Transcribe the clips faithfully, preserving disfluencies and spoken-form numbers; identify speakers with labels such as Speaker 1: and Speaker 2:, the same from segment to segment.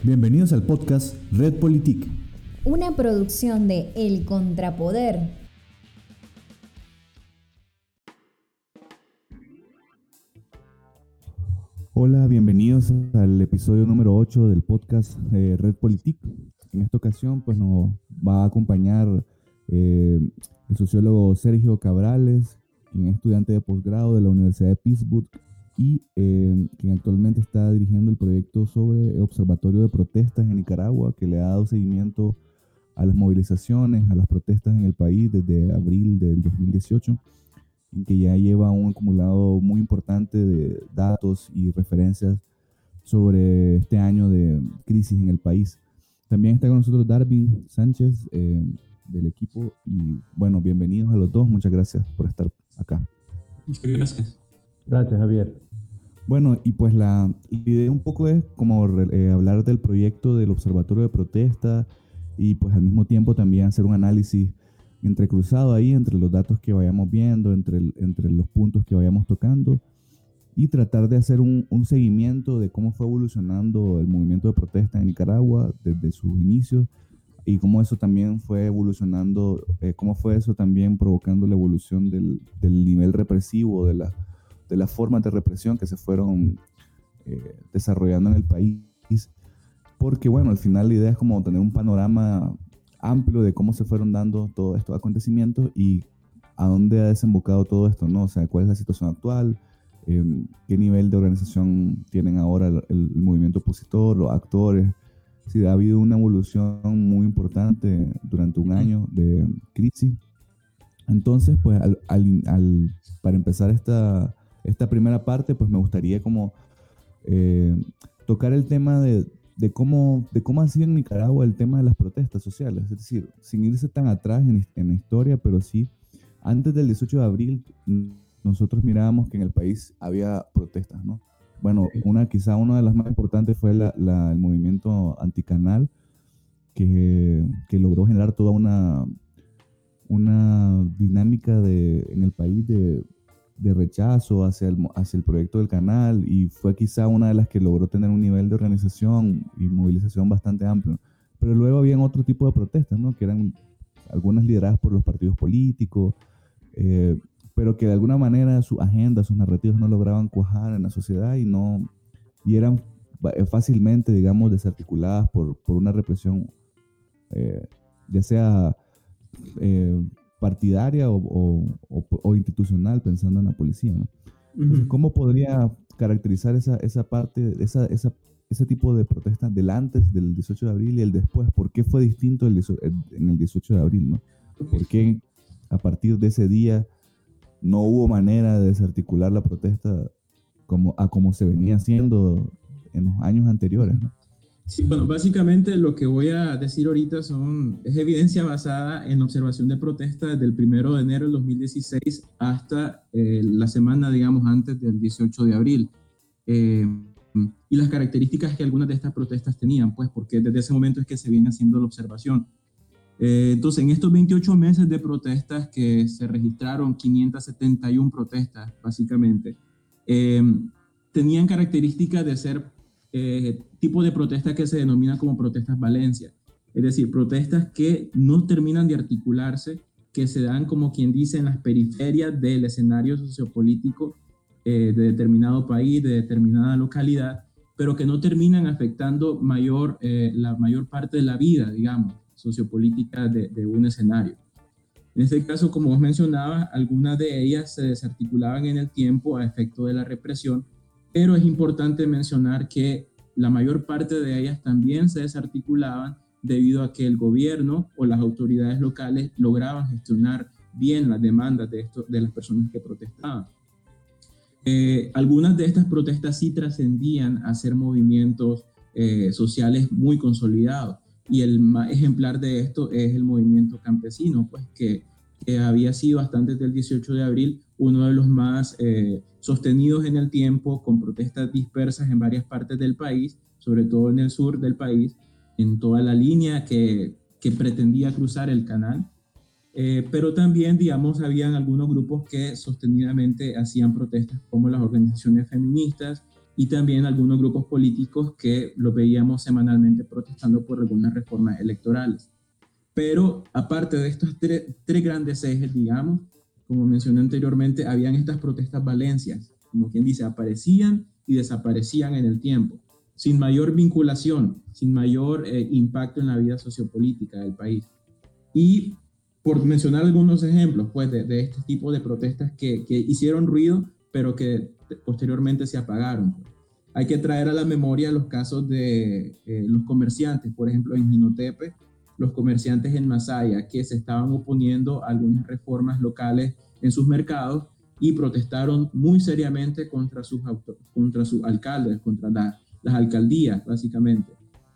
Speaker 1: Bienvenidos al podcast Red Politique,
Speaker 2: una producción de El Contrapoder.
Speaker 1: Hola, bienvenidos al episodio número ocho del podcast eh, Red Politique. En esta ocasión pues nos va a acompañar eh, el sociólogo Sergio Cabrales, quien es estudiante de posgrado de la Universidad de Pittsburgh y eh, quien actualmente está dirigiendo el proyecto sobre observatorio de protestas en Nicaragua, que le ha dado seguimiento a las movilizaciones, a las protestas en el país desde abril del dos mil dieciocho, y que ya lleva un acumulado muy importante de datos y referencias sobre este año de crisis en el país. También está con nosotros Darwin Sánchez eh, del equipo y bueno, bienvenidos a los dos, muchas gracias por estar acá.
Speaker 3: Muchas gracias.
Speaker 4: Gracias, Javier.
Speaker 1: Bueno, y pues la, la idea un poco es como eh, hablar del proyecto del Observatorio de Protesta y pues al mismo tiempo también hacer un análisis entrecruzado ahí entre los datos que vayamos viendo, entre, el, entre los puntos que vayamos tocando y tratar de hacer un, un seguimiento de cómo fue evolucionando el movimiento de protesta en Nicaragua desde sus inicios y cómo eso también fue evolucionando, eh, cómo fue eso también provocando la evolución del, del nivel represivo, de la de las formas de represión que se fueron eh, desarrollando en el país, porque bueno, al final la idea es como tener un panorama amplio de cómo se fueron dando todos estos acontecimientos y a dónde ha desembocado todo esto, ¿no? O sea, cuál es la situación actual, eh, qué nivel de organización tienen ahora el, el, el movimiento opositor, los actores. Sí, ha habido una evolución muy importante durante un año de crisis. Entonces, pues, al, al, al, para empezar esta Esta primera parte, pues me gustaría como eh, tocar el tema de, de, cómo, de cómo ha sido en Nicaragua el tema de las protestas sociales. Es decir, sin irse tan atrás en, en la historia, pero sí, antes del dieciocho de abril, nosotros mirábamos que en el país había protestas, ¿no? Bueno, una, quizá una de las más importantes fue la, la, el movimiento anticanal, que, que logró generar toda una, una dinámica de, en el país de de rechazo hacia el, hacia el proyecto del canal y fue quizá una de las que logró tener un nivel de organización y movilización bastante amplio. Pero luego habían otro tipo de protestas, ¿no? Que eran algunas lideradas por los partidos políticos, eh, pero que de alguna manera su agenda, sus narrativas no lograban cuajar en la sociedad y, no, y eran fácilmente, digamos, desarticuladas por, por una represión, eh, ya sea Eh, partidaria o, o, o, o institucional, pensando en la policía, ¿no? Entonces, uh-huh. ¿Cómo podría caracterizar esa, esa parte, esa, esa, ese tipo de protestas del antes del dieciocho de abril y el después? ¿Por qué fue distinto el, en el dieciocho de abril, ¿no? ¿Por qué a partir de ese día no hubo manera de desarticular la protesta como, a como se venía haciendo en los años anteriores, ¿no?
Speaker 3: Sí, bueno, básicamente lo que voy a decir ahorita son, es evidencia basada en observación de protestas desde el primero de enero del dos mil dieciséis hasta eh, la semana, digamos, antes del dieciocho de abril. Eh, y las características que algunas de estas protestas tenían, pues, porque desde ese momento es que se viene haciendo la observación. Eh, entonces, en estos veintiocho meses de protestas que se registraron, quinientas setenta y una protestas, básicamente, eh, tenían características de ser Eh, tipo de protestas que se denominan como protestas Valencia, es decir, protestas que no terminan de articularse, que se dan como quien dice en las periferias del escenario sociopolítico eh, de determinado país, de determinada localidad, pero que no terminan afectando mayor, eh, la mayor parte de la vida, digamos, sociopolítica de, de un escenario. En este caso, como vos mencionabas, algunas de ellas se desarticulaban en el tiempo a efecto de la represión, pero es importante mencionar que la mayor parte de ellas también se desarticulaban debido a que el gobierno o las autoridades locales lograban gestionar bien las demandas de, esto, de las personas que protestaban. Eh, algunas de estas protestas sí trascendían a ser movimientos eh, sociales muy consolidados, y el más ejemplar de esto es el movimiento campesino, pues que, que había sido hasta antes del dieciocho de abril uno de los más eh, sostenidos en el tiempo, con protestas dispersas en varias partes del país, sobre todo en el sur del país, en toda la línea que, que pretendía cruzar el canal. Eh, pero también, digamos, habían algunos grupos que sostenidamente hacían protestas, como las organizaciones feministas y también algunos grupos políticos que lo veíamos semanalmente protestando por algunas reformas electorales. Pero aparte de estos tres, tres grandes ejes, digamos, como mencioné anteriormente, habían estas protestas valencias, como quien dice, aparecían y desaparecían en el tiempo, sin mayor vinculación, sin mayor eh, impacto en la vida sociopolítica del país. Y por mencionar algunos ejemplos pues, de, de este tipo de protestas que, que hicieron ruido, pero que posteriormente se apagaron. Hay que traer a la memoria los casos de eh, los comerciantes, por ejemplo, en Jinotepe, los comerciantes en Masaya, que se estaban oponiendo a algunas reformas locales en sus mercados y protestaron muy seriamente contra sus, auto, contra sus alcaldes, contra la, las alcaldías, básicamente.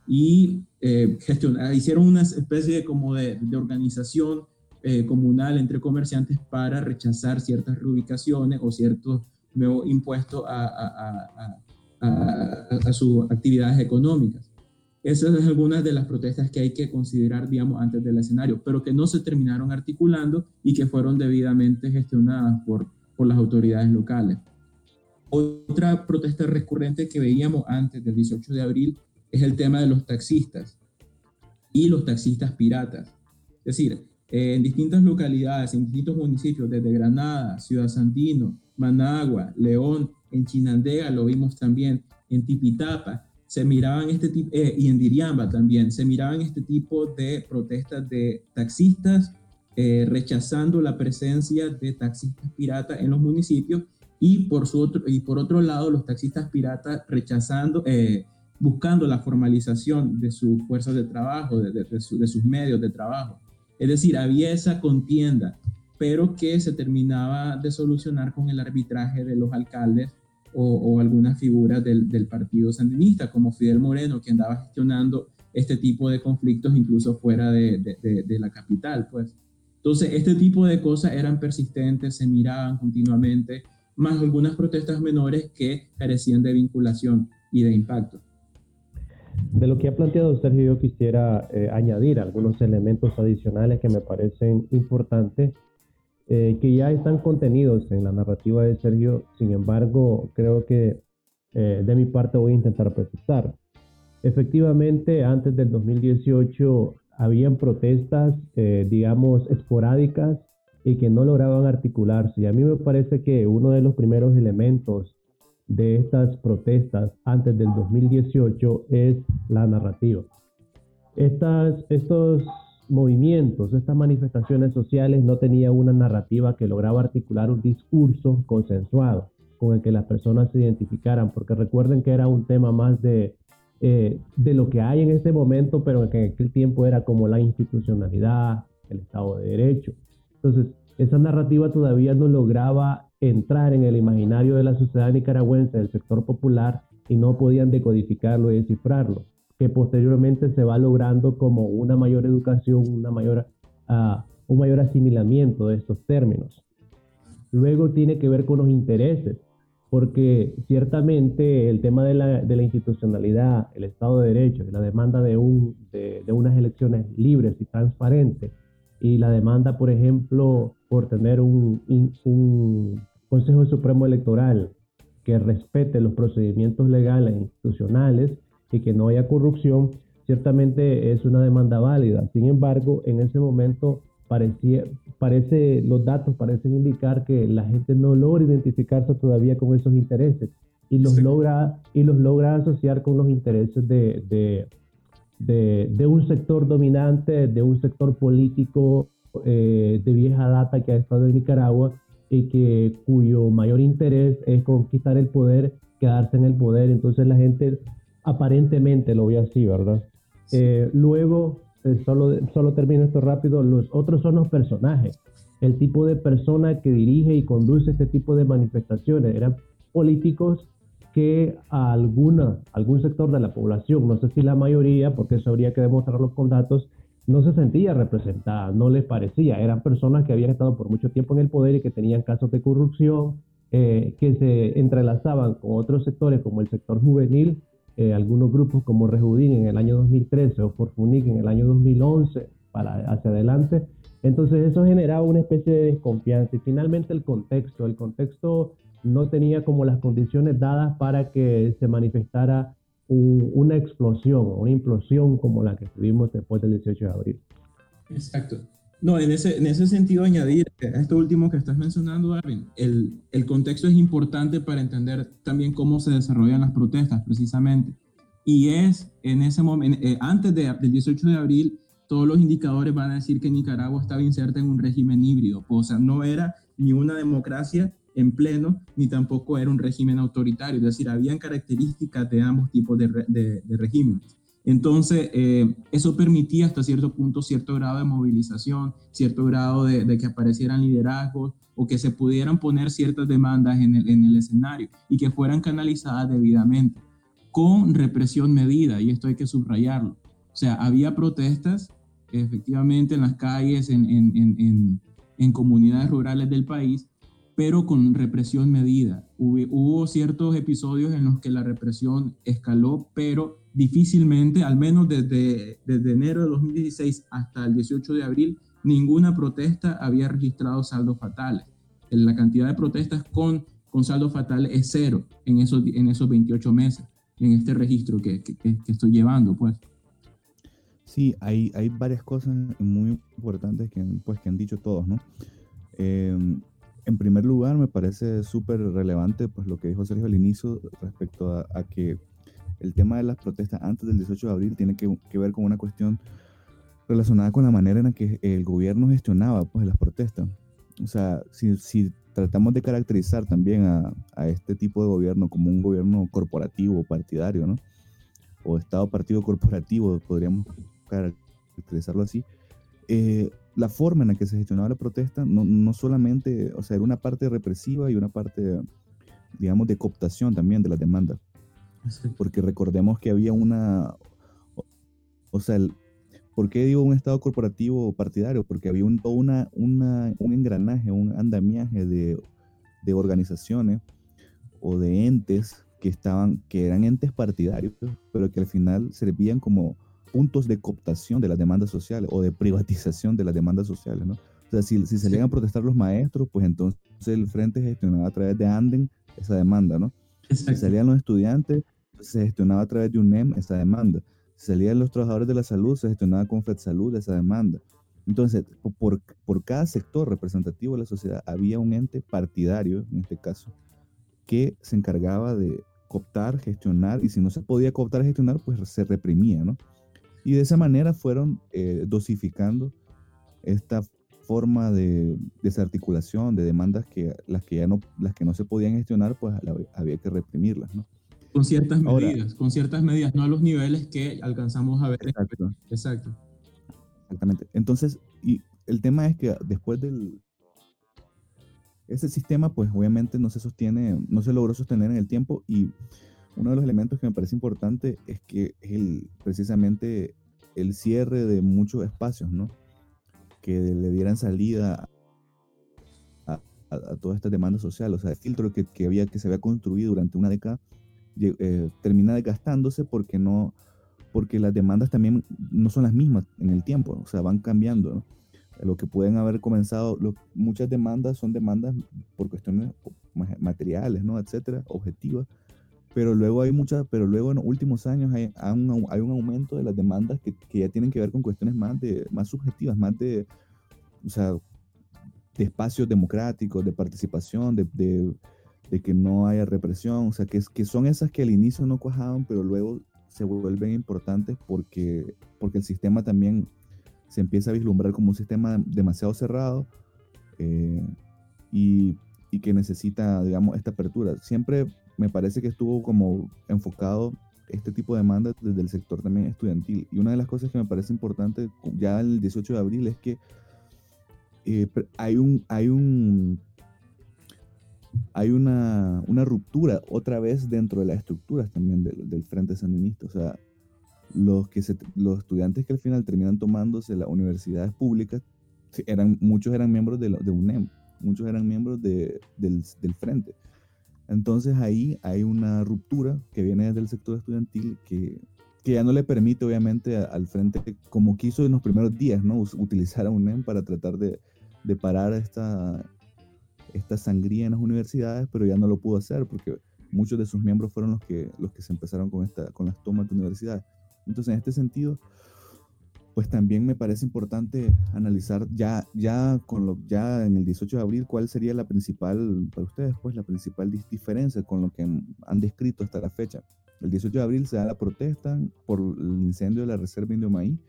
Speaker 3: Y eh, gestionar, hicieron una especie de, como de, de organización eh, comunal entre comerciantes para rechazar ciertas reubicaciones o ciertos nuevos impuestos a, a, a, a, a, a sus actividades económicas. Esas son algunas de las protestas que hay que considerar, digamos, antes del escenario, pero que no se terminaron articulando y que fueron debidamente gestionadas por, por las autoridades locales. Otra protesta recurrente que veíamos antes del dieciocho de abril es el tema de los taxistas y los taxistas piratas. Es decir, eh, en distintas localidades, en distintos municipios, desde Granada, Ciudad Sandino, Managua, León, en Chinandega lo vimos también, en Tipitapa, se miraban este tipo, eh, y en Diriamba también, se miraban este tipo de protestas de taxistas eh, rechazando la presencia de taxistas piratas en los municipios y por, su otro, y por otro lado los taxistas piratas rechazando, eh, buscando la formalización de sus fuerzas de trabajo, de, de, de, su, de sus medios de trabajo. Es decir, había esa contienda, pero que se terminaba de solucionar con el arbitraje de los alcaldes o, o algunas figuras del, del partido sandinista, como Fidel Moreno, que andaba gestionando este tipo de conflictos incluso fuera de, de, de, de la capital, pues. Entonces, este tipo de cosas eran persistentes, se miraban continuamente, más algunas protestas menores que carecían de vinculación y de impacto.
Speaker 4: De lo que ha planteado Sergio, yo quisiera eh, añadir algunos elementos adicionales que me parecen importantes, eh, que ya están contenidos en la narrativa de Sergio. Sin embargo, creo que eh, de mi parte voy a intentar precisar. Efectivamente, antes del dos mil dieciocho habían protestas, eh, digamos, esporádicas y que no lograban articularse. Y a mí me parece que uno de los primeros elementos de estas protestas antes del dos mil dieciocho es la narrativa. Estas, estos movimientos, estas manifestaciones sociales no tenían una narrativa que lograba articular un discurso consensuado con el que las personas se identificaran, porque recuerden que era un tema más de, eh, de lo que hay en este momento, pero que en aquel tiempo era como la institucionalidad, el Estado de Derecho. Entonces, esa narrativa todavía no lograba entrar en el imaginario de la sociedad nicaragüense, del sector popular, y no podían decodificarlo y descifrarlo, que posteriormente se va logrando como una mayor educación, una mayor, uh, un mayor asimilamiento de estos términos. Luego tiene que ver con los intereses, porque ciertamente el tema de la, de la institucionalidad, el Estado de Derecho y la demanda de, un, de, de unas elecciones libres y transparentes, y la demanda, por ejemplo, por tener un, un Consejo Supremo Electoral que respete los procedimientos legales e institucionales y que no haya corrupción, ciertamente es una demanda válida. Sin embargo, en ese momento parecía, parece, los datos parecen indicar que la gente no logra identificarse todavía con esos intereses y los, sí. logra, y los logra asociar con los intereses de, de De, de un sector dominante, de un sector político eh, de vieja data que ha estado en Nicaragua y que cuyo mayor interés es conquistar el poder, quedarse en el poder. Entonces la gente aparentemente lo ve así, ¿verdad? Sí. Eh, luego, eh, solo, solo termino esto rápido, los otros son los personajes. El tipo de persona que dirige y conduce este tipo de manifestaciones eran políticos que a alguna, algún sector de la población, no sé si la mayoría, porque eso habría que demostrarlo con datos, no se sentía representada, no les parecía. Eran personas que habían estado por mucho tiempo en el poder y que tenían casos de corrupción, eh, que se entrelazaban con otros sectores como el sector juvenil, eh, algunos grupos como Rejudín en el año dos mil trece o Forfunic en el año dos mil once, para hacia adelante. Entonces eso generaba una especie de desconfianza y finalmente el contexto, el contexto no tenía como las condiciones dadas para que se manifestara un, una explosión o una implosión como la que tuvimos después del dieciocho de abril.
Speaker 3: Exacto. No, en ese, en ese sentido añadir a esto último que estás mencionando, Darwin, el, el contexto es importante para entender también cómo se desarrollan las protestas, precisamente. Y es en ese momento, eh, antes de, del dieciocho de abril, todos los indicadores van a decir que Nicaragua estaba inserta en un régimen híbrido, o sea, no era ni una democracia en pleno, ni tampoco era un régimen autoritario, es decir, habían características de ambos tipos de, de, de regímenes. Entonces, eh, eso permitía hasta cierto punto cierto grado de movilización, cierto grado de, de que aparecieran liderazgos o que se pudieran poner ciertas demandas en el, en el escenario y que fueran canalizadas debidamente, con represión medida, y esto hay que subrayarlo. O sea, había protestas efectivamente en las calles, en, en, en, en, en comunidades rurales del país, pero con represión medida. Hubo, hubo ciertos episodios en los que la represión escaló, pero difícilmente, al menos desde, desde enero de dos mil dieciséis hasta el dieciocho de abril, ninguna protesta había registrado saldos fatales. La cantidad de protestas con, con saldos fatales es cero en esos, en esos veintiocho meses, en este registro que, que, que estoy llevando, pues.
Speaker 1: Sí, hay, hay varias cosas muy importantes que, pues, que han dicho todos, ¿no? Eh, en primer lugar, me parece súper relevante, pues, lo que dijo Sergio al inicio respecto a, a que el tema de las protestas antes del dieciocho de abril tiene que, que ver con una cuestión relacionada con la manera en la que el gobierno gestionaba, pues, las protestas. O sea, si, si tratamos de caracterizar también a, a este tipo de gobierno como un gobierno corporativo o partidario, ¿no? O Estado partido corporativo, podríamos caracterizarlo así, eh, la forma en la que se gestionaba la protesta no, no solamente, o sea, era una parte represiva y una parte, digamos, de cooptación también de las demandas. Sí. Porque recordemos que había una, o, o sea, el, ¿por qué digo un Estado corporativo o partidario? Porque había un, una, una, un engranaje, un andamiaje de, de organizaciones o de entes que estaban, que eran entes partidarios, pero que al final servían como puntos de cooptación de las demandas sociales o de privatización de las demandas sociales, ¿no? O sea, si, si salían a protestar los maestros, pues entonces el frente gestionaba a través de Anden esa demanda, ¿no? Exacto. Si salían los estudiantes, se gestionaba a través de UNEM esa demanda. Si salían los trabajadores de la salud, se gestionaba con FedSalud esa demanda. Entonces, por, por cada sector representativo de la sociedad había un ente partidario, en este caso, que se encargaba de cooptar, gestionar, y si no se podía cooptar, gestionar, pues se reprimía, ¿no? Y de esa manera fueron eh, dosificando esta forma de desarticulación de demandas que las que ya no, las que no se podían gestionar, pues la, había que reprimirlas, ¿no?
Speaker 3: Con ciertas Ahora, medidas, con ciertas medidas, no a los niveles que alcanzamos a ver.
Speaker 1: Exacto.
Speaker 3: Exacto.
Speaker 1: Exactamente. Entonces, y el tema es que después del ese sistema, pues obviamente no se sostiene, no se logró sostener en el tiempo, y uno de los elementos que me parece importante es que es el, precisamente el cierre de muchos espacios, ¿no? Que le dieran salida a, a, a toda esta demanda social, o sea, el filtro que, que, había, que se había construido durante una década eh, termina desgastándose porque, no, porque las demandas también no son las mismas en el tiempo, o sea, van cambiando, ¿no? Lo que pueden haber comenzado, lo, muchas demandas son demandas por cuestiones materiales, ¿no? Etcétera, objetivas, pero luego hay muchas, pero luego en los últimos años hay, hay, un, hay un aumento de las demandas que, que ya tienen que ver con cuestiones más, de, más subjetivas, más de, o sea, de espacios democráticos, de participación, de, de, de que no haya represión, o sea, que, que son esas que al inicio no cuajaban, pero luego se vuelven importantes porque, porque el sistema también se empieza a vislumbrar como un sistema demasiado cerrado eh, y, y que necesita, digamos, esta apertura. Siempre me parece que estuvo como enfocado este tipo de demandas desde el sector también estudiantil. Y una de las cosas que me parece importante ya el dieciocho de abril es que eh, hay un hay un hay una, una ruptura otra vez dentro de las estructuras también del, del Frente Sandinista. O sea, los, que se, los estudiantes que al final terminan tomándose las universidades públicas, eran, muchos eran miembros de, de UNEM, muchos eran miembros de, del, del Frente. Entonces ahí hay una ruptura que viene desde el sector estudiantil que, que ya no le permite obviamente al Frente, como quiso en los primeros días, ¿no? Utilizar a UNEM para tratar de, de parar esta, esta sangría en las universidades, pero ya no lo pudo hacer porque muchos de sus miembros fueron los que, los que se empezaron con, esta, con las tomas de universidades. Entonces, en este sentido, pues también me parece importante analizar ya, ya, con lo, ya en el dieciocho de abril cuál sería la principal, para ustedes, pues la principal diferencia con lo que han descrito hasta la fecha. El dieciocho de abril se da la protesta por el incendio de la reserva Indio Maíz.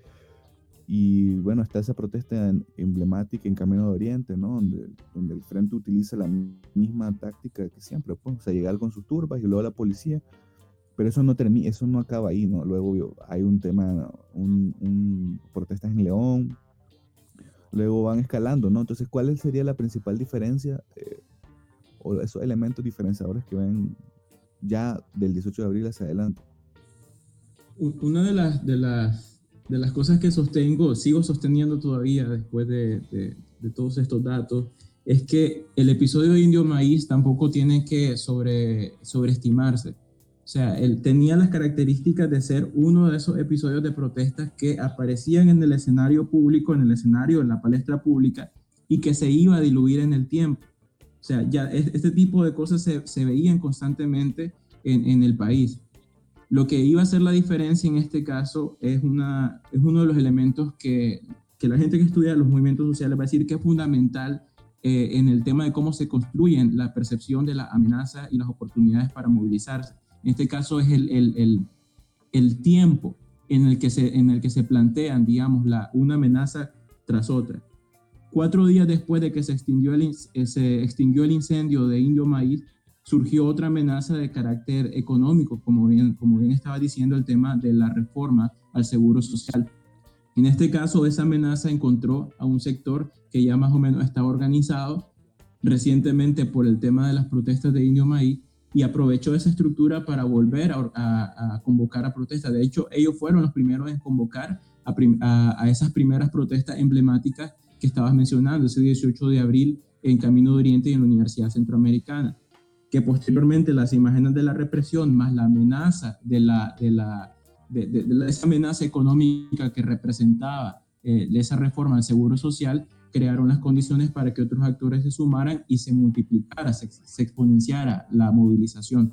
Speaker 1: Y bueno, está esa protesta emblemática en Camino de Oriente, ¿no? Donde, donde el frente utiliza la misma táctica que siempre, pues, o sea, llegar con sus turbas y luego la policía. Pero eso no termina, eso no acaba ahí, ¿no? Luego hay un tema, un, un protestas en León, luego van escalando, ¿no? Entonces, ¿cuál sería la principal diferencia eh, o esos elementos diferenciadores que ven ya del dieciocho de abril hacia adelante?
Speaker 3: Una de las, de las de las cosas que sostengo, sigo sosteniendo todavía después de, de, de todos estos datos, es que el episodio de Indio Maíz tampoco tiene que sobre, sobreestimarse. O sea, él tenía las características de ser uno de esos episodios de protestas que aparecían en el escenario público, en el escenario, en la palestra pública, y que se iba a diluir en el tiempo. O sea, ya este tipo de cosas se, se veían constantemente en, en el país. Lo que iba a hacer la diferencia en este caso es, una, es uno de los elementos que, que la gente que estudia los movimientos sociales va a decir que es fundamental eh, en el tema de cómo se construyen la percepción de la amenaza y las oportunidades para movilizarse. En este caso es el, el, el, el tiempo en el, que se, en el que se plantean, digamos, la, una amenaza tras otra. Cuatro días después de que se extinguió el, se extinguió el incendio de Indio Maíz, surgió otra amenaza de carácter económico, como bien, como bien estaba diciendo, el tema de la reforma al seguro social. En este caso, esa amenaza encontró a un sector que ya más o menos está organizado recientemente por el tema de las protestas de Indio Maíz y aprovechó esa estructura para volver a, a, a convocar a protestas. De hecho, ellos fueron los primeros en convocar a, prim, a, a esas primeras protestas emblemáticas que estabas mencionando, ese dieciocho de abril en Camino de Oriente y en la Universidad Centroamericana, que posteriormente las imágenes de la represión más la amenaza de, la, de, la, de, de, de esa amenaza económica que representaba eh, esa reforma al seguro social, crearon las condiciones para que otros actores se sumaran y se multiplicara, se, se exponenciara la movilización.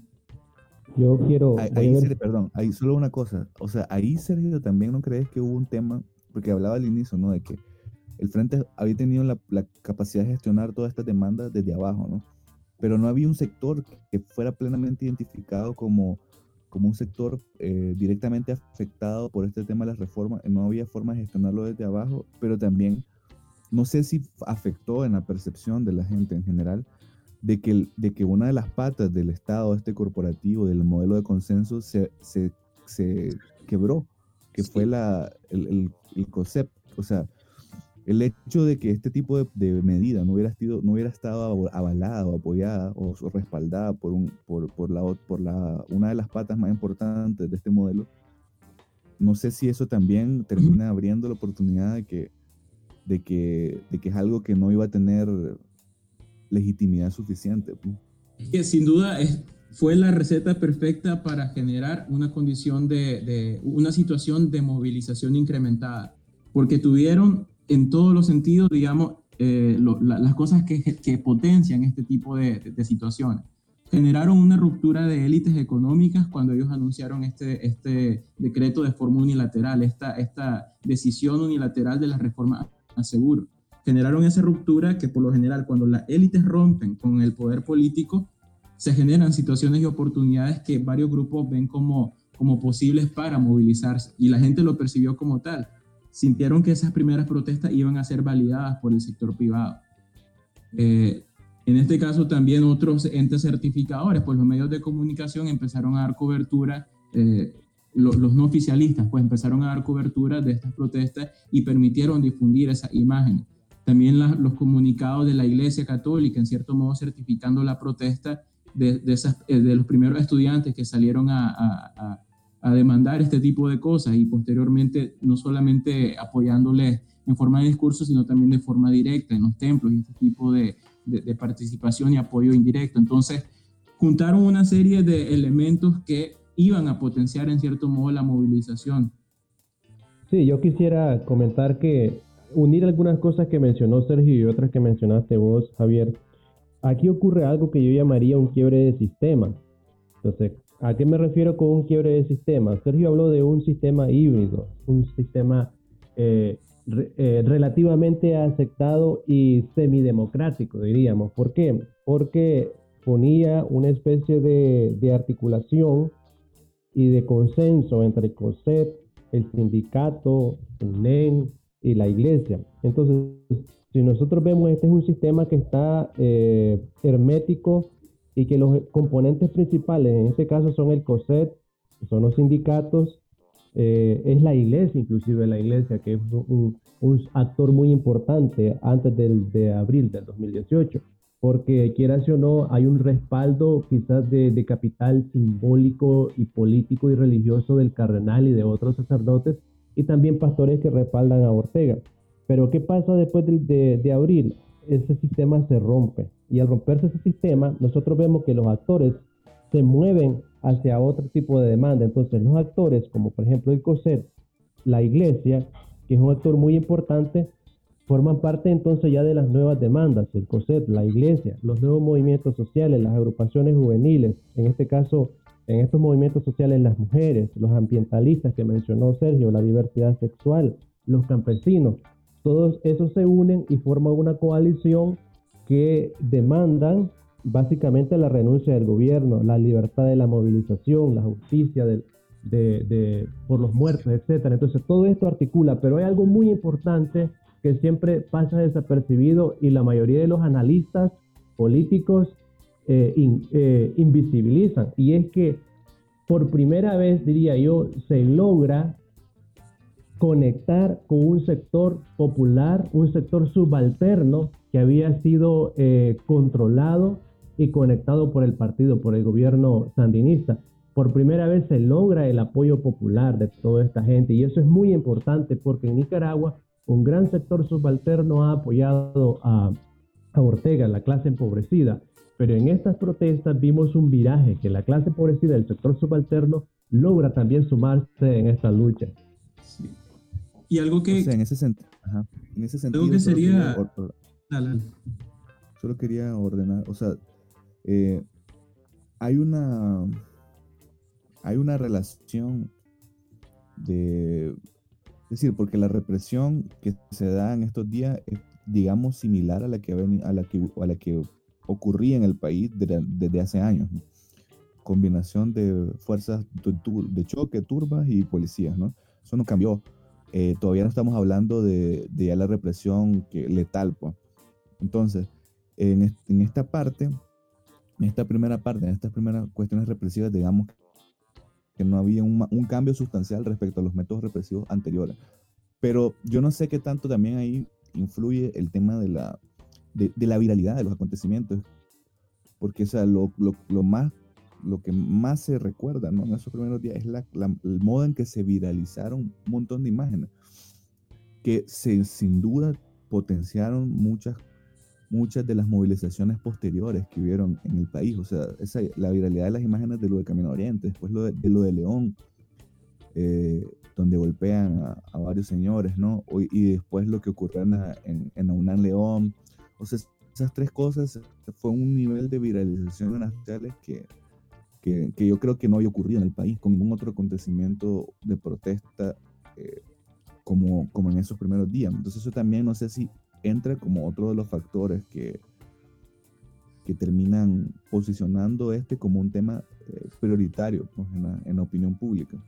Speaker 4: Yo quiero...
Speaker 1: Ahí, ahí Sergio, perdón, ahí solo una cosa, o sea, ahí Sergio también no crees que hubo un tema, porque hablaba al inicio, ¿no? De que el Frente había tenido la, la capacidad de gestionar todas estas demandas desde abajo, ¿no? Pero no había un sector que fuera plenamente identificado como, como un sector eh, directamente afectado por este tema de las reformas. No había forma de gestionarlo desde abajo, pero también no sé si afectó en la percepción de la gente en general de que, de que una de las patas del Estado, este corporativo, del modelo de consenso, se, se, se quebró, que sí. fue la, el, el, el concepto. O sea, el hecho de que este tipo de, de medida no hubiera, sido, no hubiera estado avalada o apoyada o respaldada por, un, por, por, la, por la, una de las patas más importantes de este modelo, no sé si eso también termina abriendo la oportunidad de que, de que, de que es algo que no iba a tener legitimidad suficiente.
Speaker 3: Que sin duda es, fue la receta perfecta para generar una condición de, de una situación de movilización incrementada, porque tuvieron en todos los sentidos, digamos, eh, lo, la, las cosas que, que potencian este tipo de, de, de situaciones. Generaron una ruptura de élites económicas cuando ellos anunciaron este, este decreto de forma unilateral, esta, esta decisión unilateral de la reforma al seguro. Generaron esa ruptura que por lo general cuando las élites rompen con el poder político, se generan situaciones y oportunidades que varios grupos ven como, como posibles para movilizarse y la gente lo percibió como tal. Sintieron que esas primeras protestas iban a ser validadas por el sector privado. Eh, en este caso también otros entes certificadores, pues los medios de comunicación empezaron a dar cobertura, eh, lo, los no oficialistas pues empezaron a dar cobertura de estas protestas y permitieron difundir esas imágenes. También la, los comunicados de la Iglesia Católica, en cierto modo certificando la protesta de, de, esas, de los primeros estudiantes que salieron a, a, a a demandar este tipo de cosas y posteriormente no solamente apoyándoles en forma de discurso, sino también de forma directa en los templos y este tipo de, de, de participación y apoyo indirecto. Entonces, juntaron una serie de elementos que iban a potenciar en cierto modo la movilización.
Speaker 4: Sí, yo quisiera comentar que unir algunas cosas que mencionó Sergio y otras que mencionaste vos, Javier. aquí ocurre algo que yo llamaría un quiebre de sistema. Entonces, ¿a qué me refiero con un quiebre de sistema? Sergio habló de un sistema híbrido, un sistema eh, re, eh, relativamente aceptado y semidemocrático, diríamos. ¿Por qué? Porque ponía una especie de, de articulación y de consenso entre COSET, el sindicato, UNEN y la iglesia. Entonces, si nosotros vemos, este es un sistema que está eh, hermético y que los componentes principales, en este caso, son el COSET, son los sindicatos, eh, es la iglesia, inclusive la iglesia, que es un, un actor muy importante antes del, de abril del dos mil dieciocho, porque quieras o no, hay un respaldo quizás de, de capital simbólico y político y religioso del cardenal y de otros sacerdotes, y también pastores que respaldan a Ortega. Pero ¿qué pasa después de, de, de abril? Ese sistema se rompe, y al romperse ese sistema, nosotros vemos que los actores se mueven hacia otro tipo de demanda. Entonces los actores, como por ejemplo el COSET, la iglesia, que es un actor muy importante, forman parte entonces ya de las nuevas demandas. El COSET, la iglesia, los nuevos movimientos sociales, las agrupaciones juveniles, en este caso, en estos movimientos sociales, las mujeres, los ambientalistas que mencionó Sergio, la diversidad sexual, los campesinos, todos esos se unen y forman una coalición que demandan básicamente la renuncia del gobierno, la libertad de la movilización, la justicia del, de, de, por los muertos, etcétera. Entonces todo esto articula, pero hay algo muy importante que siempre pasa desapercibido y la mayoría de los analistas políticos eh, in, eh, invisibilizan, y es que por primera vez, diría yo, se logra conectar con un sector popular, un sector subalterno que había sido eh, controlado y conectado por el partido, por el gobierno sandinista. Por primera vez se logra el apoyo popular de toda esta gente, y eso es muy importante porque en Nicaragua un gran sector subalterno ha apoyado a, a Ortega, la clase empobrecida, pero en estas protestas vimos un viraje, que la clase empobrecida, el sector subalterno, logra también sumarse en esta lucha.
Speaker 3: Sí. Y algo que...
Speaker 1: O sea, en ese, sent ajá, en ese sentido...
Speaker 3: Algo que sería...
Speaker 1: Quería
Speaker 3: dale.
Speaker 1: Solo quería ordenar, o sea, eh, hay una... Hay una relación de... Es decir, porque la represión que se da en estos días es, digamos, similar a la que, a la que, a la que ocurría en el país desde, desde hace años, ¿no? Combinación de fuerzas de choque, turbas y policías, ¿no? Eso no cambió. Eh, todavía no estamos hablando de, de ya la represión que, letal, pues. Entonces, en, est en esta parte, en esta primera parte, en estas primeras cuestiones represivas, digamos que no había un, un cambio sustancial respecto a los métodos represivos anteriores. Pero yo no sé qué tanto también ahí influye el tema de la, de, de la viralidad de los acontecimientos, porque o sea, lo, lo, lo, más, lo que más se recuerda, ¿no?, en esos primeros días es la, la, el modo en que se viralizaron un montón de imágenes, que se, sin duda potenciaron muchas muchas de las movilizaciones posteriores que hubieron en el país. O sea, esa, la viralidad de las imágenes de lo de Camino Oriente, después lo de, de lo de León, eh, donde golpean a, a varios señores, ¿no? O, y después lo que ocurrió en, en, en Aunán León. O sea, esas tres cosas fue un nivel de viralización en las sociales que, que, que yo creo que no había ocurrido en el país con ningún otro acontecimiento de protesta eh, como, como en esos primeros días. Entonces eso también, no sé si entra como otro de los factores que, que terminan posicionando este como un tema eh, prioritario, pues, en, la, en la opinión pública.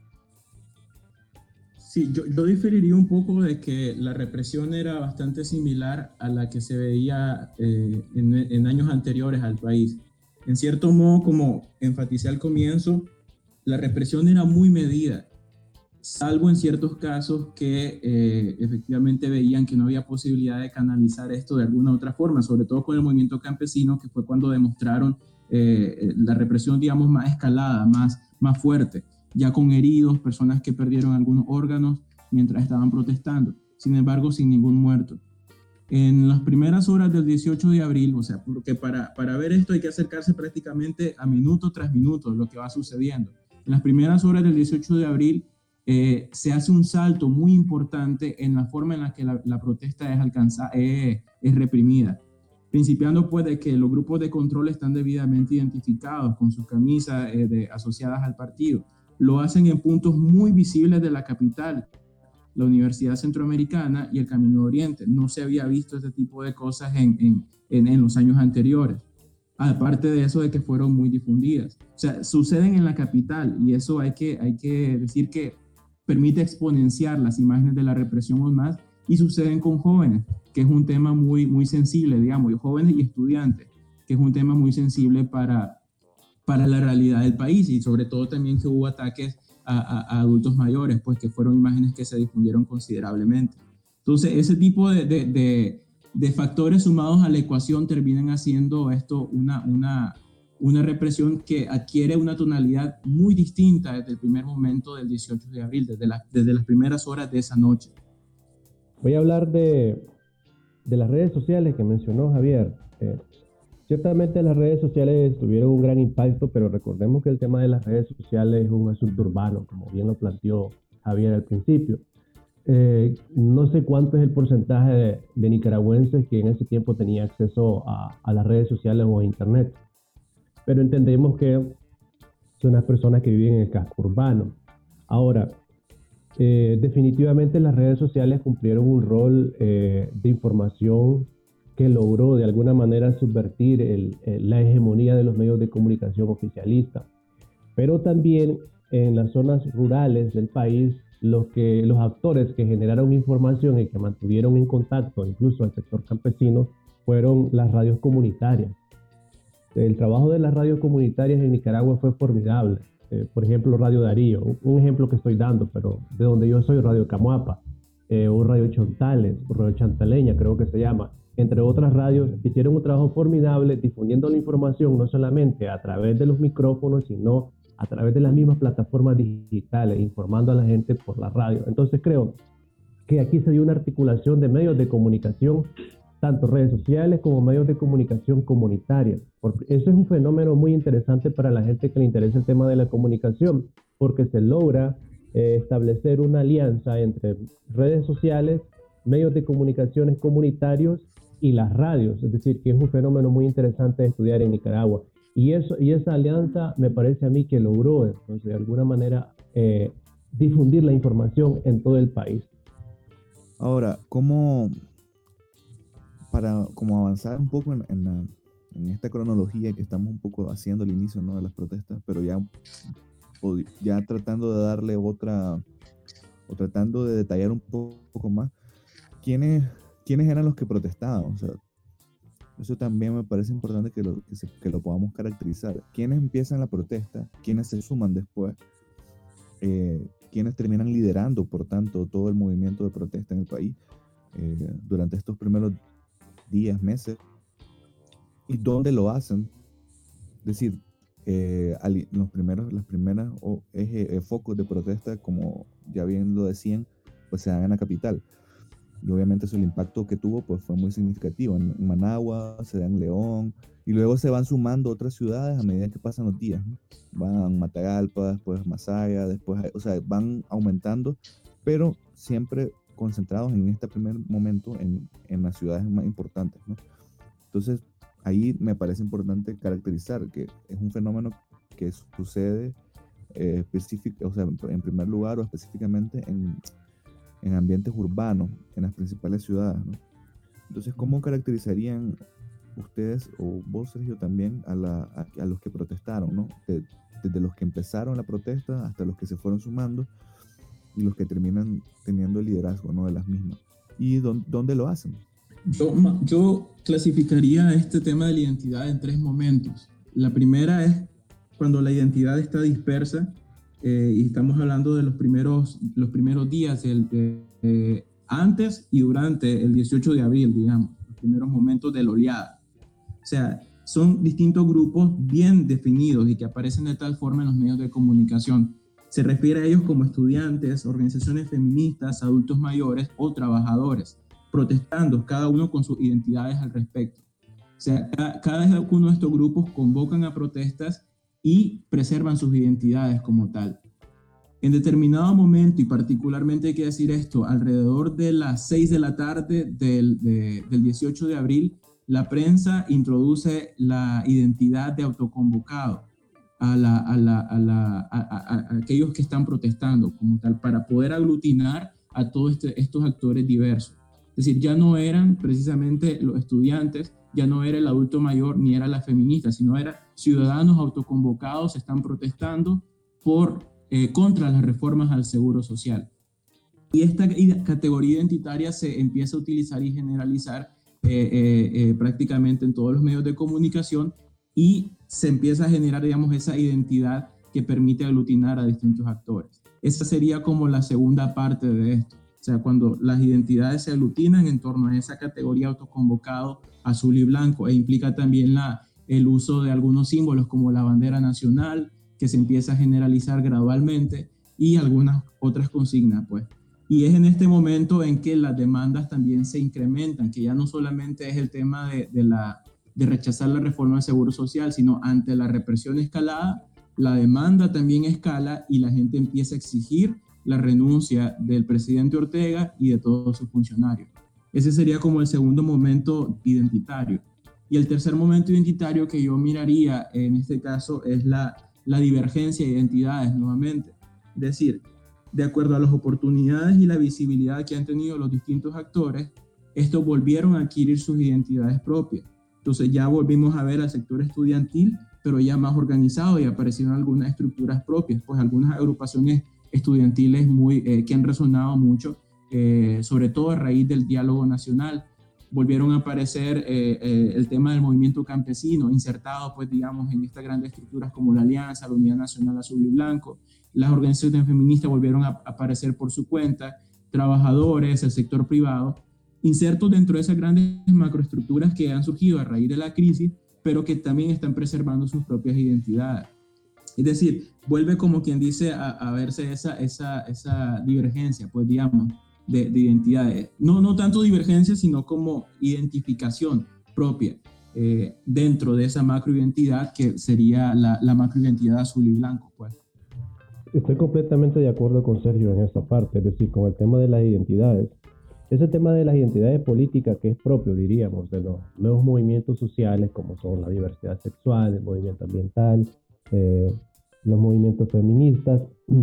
Speaker 3: Sí, yo, yo diferiría un poco de que la represión era bastante similar a la que se veía eh, en, en años anteriores al país. En cierto modo, como enfaticé al comienzo, la represión era muy medida, salvo en ciertos casos que eh, efectivamente veían que no había posibilidad de canalizar esto de alguna u otra forma, sobre todo con el movimiento campesino, que fue cuando demostraron eh, la represión, digamos, más escalada, más, más fuerte, ya con heridos, personas que perdieron algunos órganos mientras estaban protestando, sin embargo, sin ningún muerto. En las primeras horas del dieciocho de abril, o sea, porque para, para ver esto hay que acercarse prácticamente a minuto tras minuto lo que va sucediendo. En las primeras horas del dieciocho de abril, Eh, se hace un salto muy importante en la forma en la que la, la protesta es, alcanzada, eh, es reprimida. principiando pues de que los grupos de control están debidamente identificados con sus camisas eh, de, asociadas al partido. Lo hacen en puntos muy visibles de la capital, la Universidad Centroamericana y el Camino de Oriente. No se había visto este tipo de cosas en, en, en, en los años anteriores. Aparte de eso, de que fueron muy difundidas. O sea, suceden en la capital y eso hay que, hay que decir que permite exponenciar las imágenes de la represión aún más, y suceden con jóvenes, que es un tema muy, muy sensible, digamos, y jóvenes y estudiantes, que es un tema muy sensible para, para la realidad del país, y sobre todo también que hubo ataques a, a, a adultos mayores, pues que fueron imágenes que se difundieron considerablemente. Entonces, ese tipo de, de, de, de factores sumados a la ecuación terminan haciendo esto una, una, una represión que adquiere una tonalidad muy distinta desde el primer momento del dieciocho de abril, desde, la, desde las primeras horas de esa noche.
Speaker 4: Voy a hablar de, de las redes sociales que mencionó Javier. Eh, ciertamente las redes sociales tuvieron un gran impacto, pero recordemos que el tema de las redes sociales es un asunto urbano, como bien lo planteó Javier al principio. Eh, no sé cuánto es el porcentaje de, de nicaragüenses que en ese tiempo tenía acceso a, a las redes sociales o a internet, pero entendemos que son las personas que viven en el casco urbano. Ahora, Eh, definitivamente las redes sociales cumplieron un rol eh, de información que logró de alguna manera subvertir el, el, la hegemonía de los medios de comunicación oficialistas. Pero también en las zonas rurales del país, los, que, los actores que generaron información y que mantuvieron en contacto incluso al sector campesino fueron las radios comunitarias. El trabajo de las radios comunitarias en Nicaragua fue formidable. Eh, por ejemplo, Radio Darío, un ejemplo que estoy dando, pero de donde yo soy, Radio Camuapa, eh, o Radio Chontales, o Radio Chantaleña, creo que se llama, entre otras radios, hicieron un trabajo formidable difundiendo la información no solamente a través de los micrófonos, sino a través de las mismas plataformas digitales, informando a la gente por la radio. Entonces creo que aquí se dio una articulación de medios de comunicación, tanto redes sociales como medios de comunicación comunitarios. Eso es un fenómeno muy interesante para la gente que le interesa el tema de la comunicación, porque se logra eh, establecer una alianza entre redes sociales, medios de comunicaciones comunitarios y las radios, es decir, que es un fenómeno muy interesante de estudiar en Nicaragua. Y, eso, y esa alianza me parece a mí que logró, entonces, de alguna manera, eh, difundir la información en todo el país.
Speaker 1: Ahora, ¿cómo... para como avanzar un poco en, en, la, en esta cronología que estamos un poco haciendo al inicio, ¿no?, de las protestas, pero ya, ya tratando de darle otra, o tratando de detallar un poco, poco más, ¿quiénes, quiénes eran los que protestaban? O sea, eso también me parece importante que lo, que, se, que lo podamos caracterizar. ¿Quiénes empiezan la protesta? ¿Quiénes se suman después? Eh, ¿Quiénes terminan liderando, por tanto, todo el movimiento de protesta en el país eh, durante estos primeros días, meses, y dónde lo hacen? Es decir, eh, los primeros, las primeras oh, eje, eh, focos de protesta, como ya bien lo decían, pues se dan en la capital, y obviamente eso, el impacto que tuvo pues fue muy significativo. En, en Managua, se da en León, y luego se van sumando otras ciudades a medida que pasan los días, ¿no? Van Matagalpa, después Masaya, después, o sea, van aumentando, pero siempre concentrados en este primer momento en, en las ciudades más importantes, ¿no? Entonces, ahí me parece importante caracterizar que es un fenómeno que sucede eh, específico, o sea, en primer lugar o específicamente en, en ambientes urbanos, en las principales ciudades, ¿no? Entonces, ¿cómo caracterizarían ustedes, o vos, Sergio, también a, la, a, a los que protestaron, ¿no? De, desde los que empezaron la protesta hasta los que se fueron sumando y los que terminan teniendo el liderazgo, ¿no?, de las mismas. ¿Y dónde, dónde lo hacen?
Speaker 3: Yo, yo clasificaría este tema de la identidad en tres momentos. La primera es cuando la identidad está dispersa, eh, y estamos hablando de los primeros, los primeros días, el, de, eh, antes y durante el dieciocho de abril, digamos, los primeros momentos de la oleada. O sea, son distintos grupos bien definidos y que aparecen de tal forma en los medios de comunicación. Se refiere a ellos como estudiantes, organizaciones feministas, adultos mayores o trabajadores, protestando, cada uno con sus identidades al respecto. O sea, cada, cada uno de estos grupos convocan a protestas y preservan sus identidades como tal. En determinado momento, y particularmente hay que decir esto, alrededor de las seis de la tarde del, de, del dieciocho de abril, la prensa introduce la identidad de autoconvocado a, la, a, la, a, la, a, a, a aquellos que están protestando como tal, para poder aglutinar a todos este, estos actores diversos. Es decir, ya no eran precisamente los estudiantes, ya no era el adulto mayor ni era la feminista, sino eran ciudadanos autoconvocados, están protestando por, eh, contra las reformas al seguro social. Y esta categoría identitaria se empieza a utilizar y generalizar eh, eh, eh, prácticamente en todos los medios de comunicación, y se empieza a generar, digamos, esa identidad que permite aglutinar a distintos actores. Esa sería como la segunda parte de esto. O sea, cuando las identidades se aglutinan en torno a esa categoría autoconvocado azul y blanco, e implica también la, el uso de algunos símbolos como la bandera nacional, que se empieza a generalizar gradualmente, y algunas otras consignas, pues. Y es en este momento en que las demandas también se incrementan, que ya no solamente es el tema de, de, la, de rechazar la reforma del Seguro Social, sino ante la represión escalada, la demanda también escala y la gente empieza a exigir la renuncia del presidente Ortega y de todos sus funcionarios. Ese sería como el segundo momento identitario. Y el tercer momento identitario que yo miraría en este caso es la, la divergencia de identidades nuevamente. Es decir, de acuerdo a las oportunidades y la visibilidad que han tenido los distintos actores, estos volvieron a adquirir sus identidades propias. Entonces ya volvimos a ver al sector estudiantil, pero ya más organizado, y aparecieron algunas estructuras propias, pues algunas agrupaciones estudiantiles muy, eh, que han resonado mucho, eh, sobre todo a raíz del diálogo nacional. Volvieron a aparecer eh, eh, el tema del movimiento campesino, insertado, pues, digamos, en estas grandes estructuras como la Alianza, la Unidad Nacional Azul y Blanco. Las organizaciones feministas volvieron a aparecer por su cuenta, trabajadores, el sector privado, insertos dentro de esas grandes macroestructuras que han surgido a raíz de la crisis, pero que también están preservando sus propias identidades. Es decir, vuelve como quien dice a, a verse esa, esa, esa divergencia, pues, digamos, de, de identidades. No, no tanto divergencia, sino como identificación propia eh, dentro de esa macroidentidad que sería la, la macroidentidad azul y blanco, pues.
Speaker 4: Estoy completamente de acuerdo con Sergio en esta parte, es decir, con el tema de las identidades. Ese tema de las identidades políticas que es propio, diríamos, de los nuevos movimientos sociales, como son la diversidad sexual, el movimiento ambiental, eh, los movimientos feministas.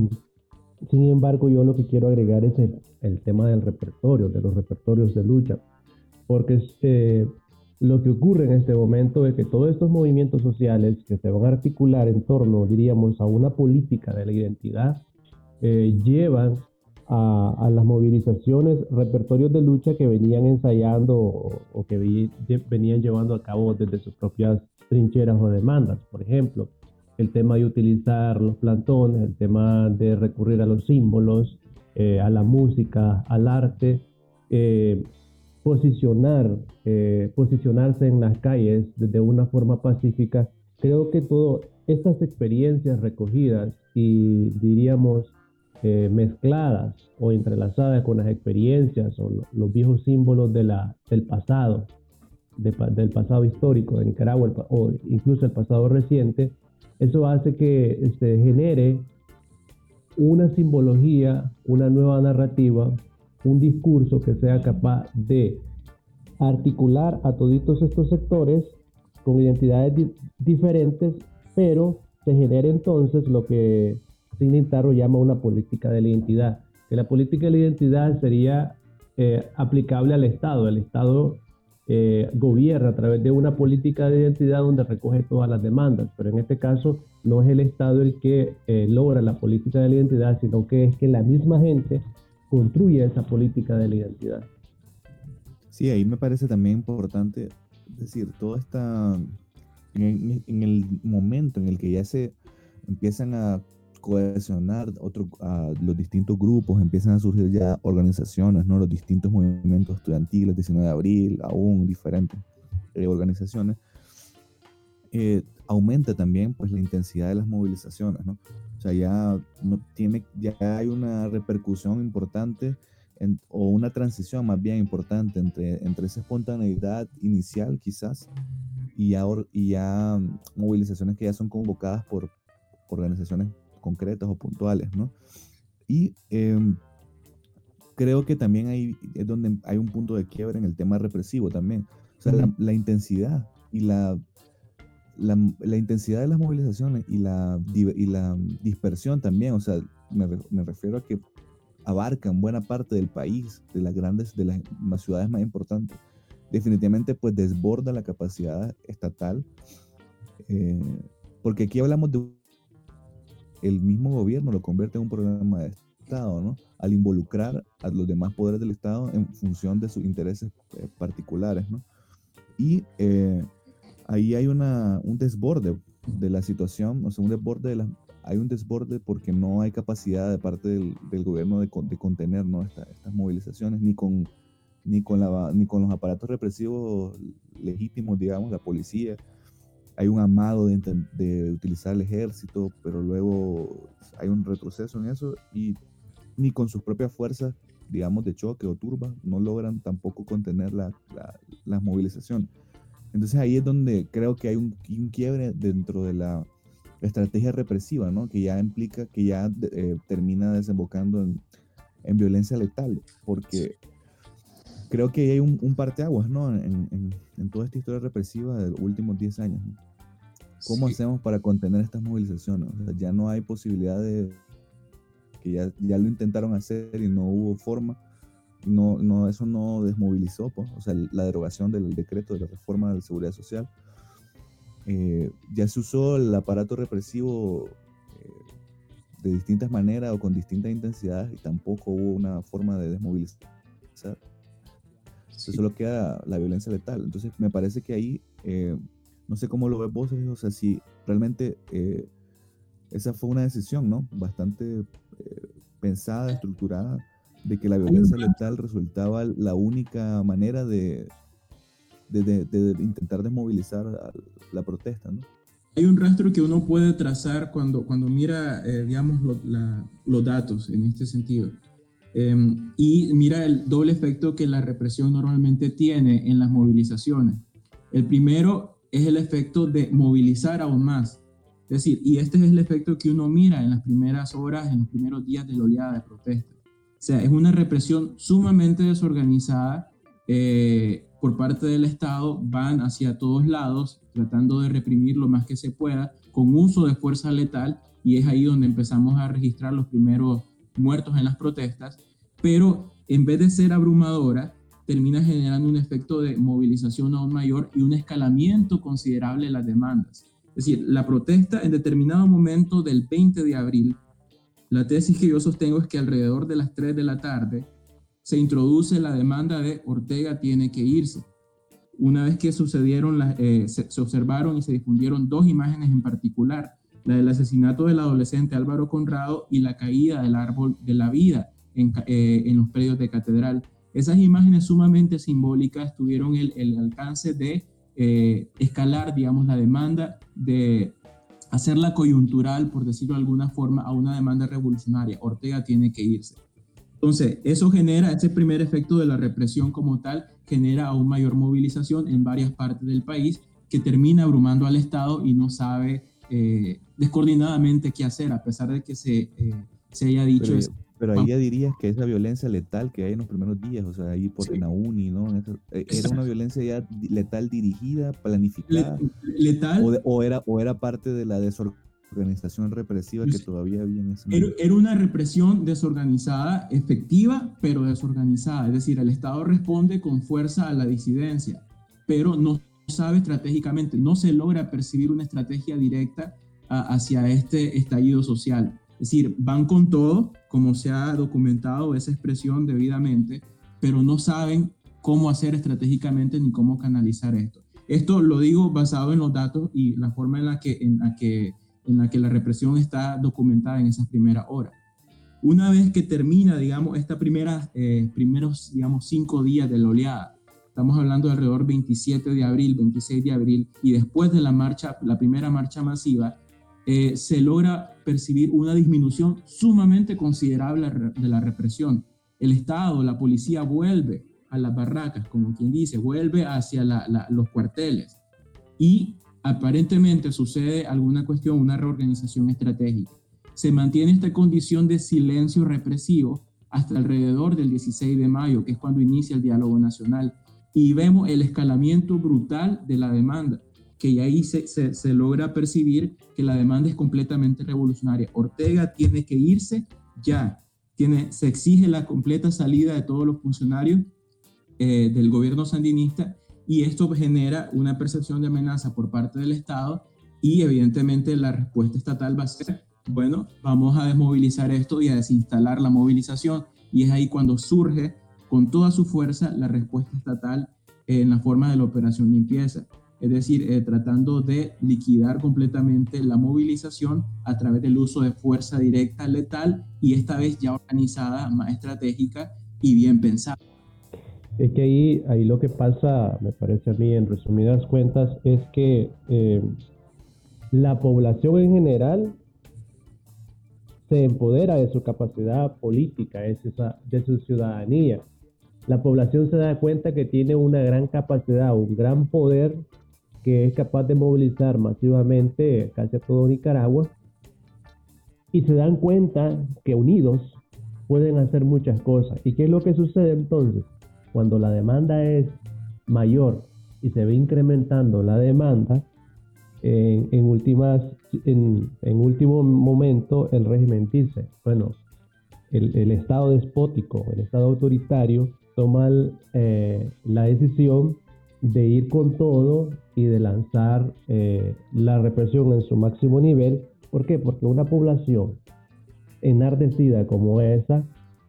Speaker 4: Sin embargo, yo lo que quiero agregar es el, el tema del repertorio, de los repertorios de lucha, porque eh, lo que ocurre en este momento es que todos estos movimientos sociales que se van a articular en torno, diríamos, a una política de la identidad, eh, llevan a, a las movilizaciones repertorios de lucha que venían ensayando o, o que vi, venían llevando a cabo desde sus propias trincheras o demandas. Por ejemplo, el tema de utilizar los plantones, el tema de recurrir a los símbolos, eh, a la música, al arte, eh, posicionar, eh, posicionarse en las calles de una forma pacífica. Creo que todas estas experiencias recogidas y, diríamos, eh, mezcladas o entrelazadas con las experiencias o lo, los viejos símbolos de la, del pasado, de, del pasado histórico de Nicaragua, el, o incluso el pasado reciente, eso hace que se genere una simbología, una nueva narrativa, un discurso que sea capaz de articular a toditos estos sectores con identidades di- diferentes, pero se genera entonces lo que Sidney Tarro llama una política de la identidad, que la política de la identidad sería eh, aplicable al Estado. El Estado eh, gobierna a través de una política de identidad donde recoge todas las demandas, pero en este caso no es el Estado el que eh, logra la política de la identidad, sino que es que la misma gente construye esa política de la identidad.
Speaker 1: Sí, ahí me parece también importante decir, todo está en, en el momento en el que ya se empiezan a cohesionar otro, a los distintos grupos, empiezan a surgir ya organizaciones, ¿no? Los distintos movimientos estudiantiles, diecinueve de abril, aún diferentes eh, organizaciones, eh, aumenta también, pues, la intensidad de las movilizaciones, ¿no? O sea, ya, no tiene, ya hay una repercusión importante en, o una transición más bien importante entre, entre esa espontaneidad inicial quizás y ya, y ya movilizaciones que ya son convocadas por organizaciones concretas o puntuales, ¿no? Y eh, creo que también hay, es donde hay un punto de quiebre en el tema represivo también. O sea, la, la intensidad y la, la, la intensidad de las movilizaciones y la, y la dispersión también, o sea, me, me refiero a que abarcan buena parte del país, de las grandes, de las, las ciudades más importantes. Definitivamente, pues, desborda la capacidad estatal, eh, porque aquí hablamos de el mismo gobierno lo convierte en un programa de Estado, ¿no? Al involucrar a los demás poderes del Estado en función de sus intereses eh, particulares, ¿no? Y eh, ahí hay una, un desborde de la situación, o sea, un desborde de las, hay un desborde porque no hay capacidad de parte del, del gobierno de, de contener, ¿no? Esta, estas movilizaciones, ni con, ni, con la, ni con los aparatos represivos legítimos, digamos, la policía. Hay un amago de, de utilizar el ejército, pero luego hay un retroceso en eso, y ni con sus propias fuerzas, digamos, de choque o turbas, no logran tampoco contener la, la, las movilizaciones. Entonces ahí es donde creo que hay un, un quiebre dentro de la estrategia represiva, ¿no? Que ya implica, que ya eh, termina desembocando en, en violencia letal, porque creo que hay un, un parteaguas, ¿no? En, en, en toda esta historia represiva de los últimos diez años, ¿no? ¿Cómo sí. hacemos para contener estas movilizaciones? O sea, ya no hay posibilidad de que ya, ya lo intentaron hacer y no hubo forma. No, no, eso no desmovilizó, pues, o sea, la derogación del decreto de la reforma de la seguridad social. Eh, ya se usó el aparato represivo eh, de distintas maneras o con distintas intensidades y tampoco hubo una forma de desmovilizar. Sí. Solo queda la violencia letal. Entonces me parece que ahí, eh, no sé cómo lo ves vos, o sea, si realmente eh, esa fue una decisión, ¿no? Bastante eh, pensada, estructurada, de que la violencia letal resultaba la única manera de, de, de, de intentar desmovilizar la protesta, ¿no?
Speaker 3: Hay un rastro que uno puede trazar cuando, cuando mira, eh, digamos, lo, la, los datos en este sentido. Eh, y mira el doble efecto que la represión normalmente tiene en las movilizaciones. El primero es el efecto de movilizar aún más. Es decir, y este es el efecto que uno mira en las primeras horas, en los primeros días de la oleada de protesta. O sea, es una represión sumamente desorganizada eh, por parte del Estado, van hacia todos lados tratando de reprimir lo más que se pueda con uso de fuerza letal, y es ahí donde empezamos a registrar los primeros muertos en las protestas, pero en vez de ser abrumadora, termina generando un efecto de movilización aún mayor y un escalamiento considerable de las demandas. Es decir, la protesta en determinado momento del veinte de abril, la tesis que yo sostengo es que alrededor de las tres de la tarde se introduce la demanda de Ortega tiene que irse. Una vez que sucedieron, las, eh, se, se observaron y se difundieron dos imágenes en particular, la del asesinato del adolescente Álvaro Conrado y la caída del árbol de la vida en, eh, en los predios de Catedral. Esas imágenes sumamente simbólicas tuvieron el, el alcance de eh, escalar, digamos, la demanda, de hacerla coyuntural, por decirlo de alguna forma, a una demanda revolucionaria. Ortega tiene que irse. Entonces, eso genera, ese primer efecto de la represión como tal, genera aún mayor movilización en varias partes del país, que termina abrumando al Estado y no sabe eh, descoordinadamente qué hacer, a pesar de que se, eh, se haya dicho...
Speaker 1: Pero,
Speaker 3: es,
Speaker 1: pero ahí ya dirías que esa violencia letal que hay en los primeros días, o sea, ahí por sí. la UNI, ¿no? Eso, ¿era una violencia ya letal dirigida, planificada?
Speaker 3: ¿Letal?
Speaker 1: ¿O, de, o, era, o era parte de la desorganización represiva que todavía había en ese
Speaker 3: momento? Era una represión desorganizada, efectiva, pero desorganizada. Es decir, el Estado responde con fuerza a la disidencia, pero no sabe estratégicamente, no se logra percibir una estrategia directa a, hacia este estallido social. Es decir, van con todo, como se ha documentado esa expresión debidamente, pero no saben cómo hacer estratégicamente ni cómo canalizar esto. Esto lo digo basado en los datos y la forma en la que, en la que, en la, que la represión está documentada en esas primeras horas. Una vez que termina, digamos, esta primera, eh, primeros, digamos, cinco días de la oleada, estamos hablando de alrededor veintisiete de abril, veintiséis de abril, y después de la marcha, la primera marcha masiva, eh, se logra percibir una disminución sumamente considerable de la represión. El Estado, la policía vuelve a las barracas, como quien dice, vuelve hacia la, la, los cuarteles, y aparentemente sucede alguna cuestión, una reorganización estratégica. Se mantiene esta condición de silencio represivo hasta alrededor del dieciséis de mayo, que es cuando inicia el diálogo nacional. y vemos el escalamiento brutal de la demanda, que ya ahí se, se, se logra percibir que la demanda es completamente revolucionaria. Ortega tiene que irse ya, tiene, se exige la completa salida de todos los funcionarios eh, del gobierno sandinista, y esto genera una percepción de amenaza por parte del Estado, y evidentemente la respuesta estatal va a ser, bueno, vamos a desmovilizar esto y a desinstalar la movilización, y es ahí cuando surge con toda su fuerza la respuesta estatal eh, en la forma de la operación limpieza, es decir, eh, tratando de liquidar completamente la movilización a través del uso de fuerza directa letal, y esta vez ya organizada, más estratégica y bien pensada.
Speaker 4: Es que ahí, ahí lo que pasa, me parece a mí, en resumidas cuentas, es que eh, la población en general se empodera de su capacidad política, es esa, de su ciudadanía. La población se da cuenta que tiene una gran capacidad, un gran poder, que es capaz de movilizar masivamente casi a todo Nicaragua, y se dan cuenta que unidos pueden hacer muchas cosas. ¿Y qué es lo que sucede entonces? Cuando la demanda es mayor y se ve incrementando la demanda, en, en, últimas, en, en último momento el régimen dice, bueno, el, el Estado despótico, el Estado autoritario, toma eh, la decisión de ir con todo y de lanzar eh, la represión en su máximo nivel. ¿Por qué? Porque una población enardecida como esa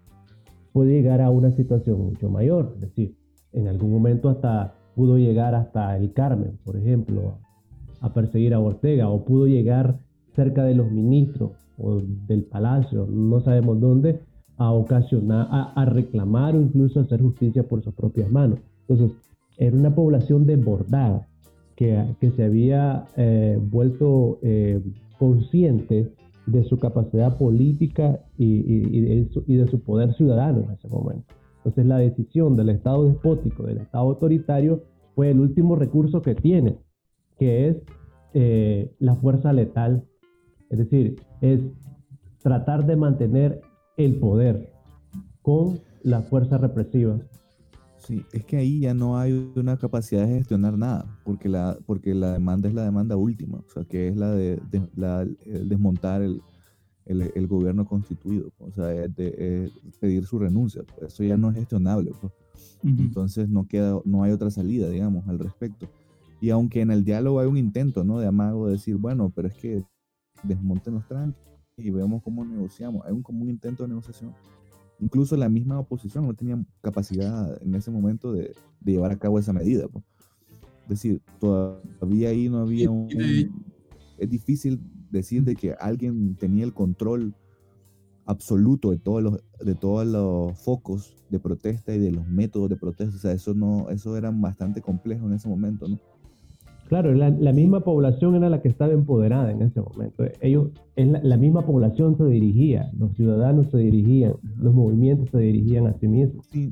Speaker 4: puede llegar a una situación mucho mayor. Es decir, en algún momento hasta pudo llegar hasta el Carmen, por ejemplo, a perseguir a Ortega, o pudo llegar cerca de los ministros o del palacio, no sabemos dónde, a ocasionar, a, a reclamar o incluso hacer justicia por sus propias manos. Entonces, era una población desbordada que, que se había eh, vuelto eh, consciente de su capacidad política y, y, y, de su, y de su poder ciudadano en ese momento. Entonces, la decisión del Estado despótico, del Estado autoritario, fue el último recurso que tiene, que es eh, la fuerza letal. Es decir, es tratar de mantener el poder con la fuerza represiva.
Speaker 1: Sí, es que ahí ya no hay una capacidad de gestionar nada, porque la, porque la demanda es la demanda última, o sea, que es la de, de la, el desmontar el, el, el gobierno constituido, o sea, es de, es pedir su renuncia, pues eso ya no es gestionable, pues. Uh-huh. Entonces no queda, no hay otra salida, digamos, al respecto. Y aunque en el diálogo hay un intento, ¿no?, de amago de decir, bueno, pero es que desmonten los tranques y vemos cómo negociamos, hay un, como un intento de negociación. Incluso la misma oposición no tenía capacidad en ese momento de, de llevar a cabo esa medida, pues. Es decir, todavía ahí no había un, un... Es difícil decir de que alguien tenía el control absoluto de todos los, de todos los focos de protesta y de los métodos de protesta. O sea, eso, no, eso era bastante complejo en ese momento, ¿no?
Speaker 4: Claro, la, la misma población era la que estaba empoderada en ese momento. Ellos, es la, la misma población se dirigía, los ciudadanos se dirigían, los movimientos se dirigían a sí mismos.
Speaker 1: Sí,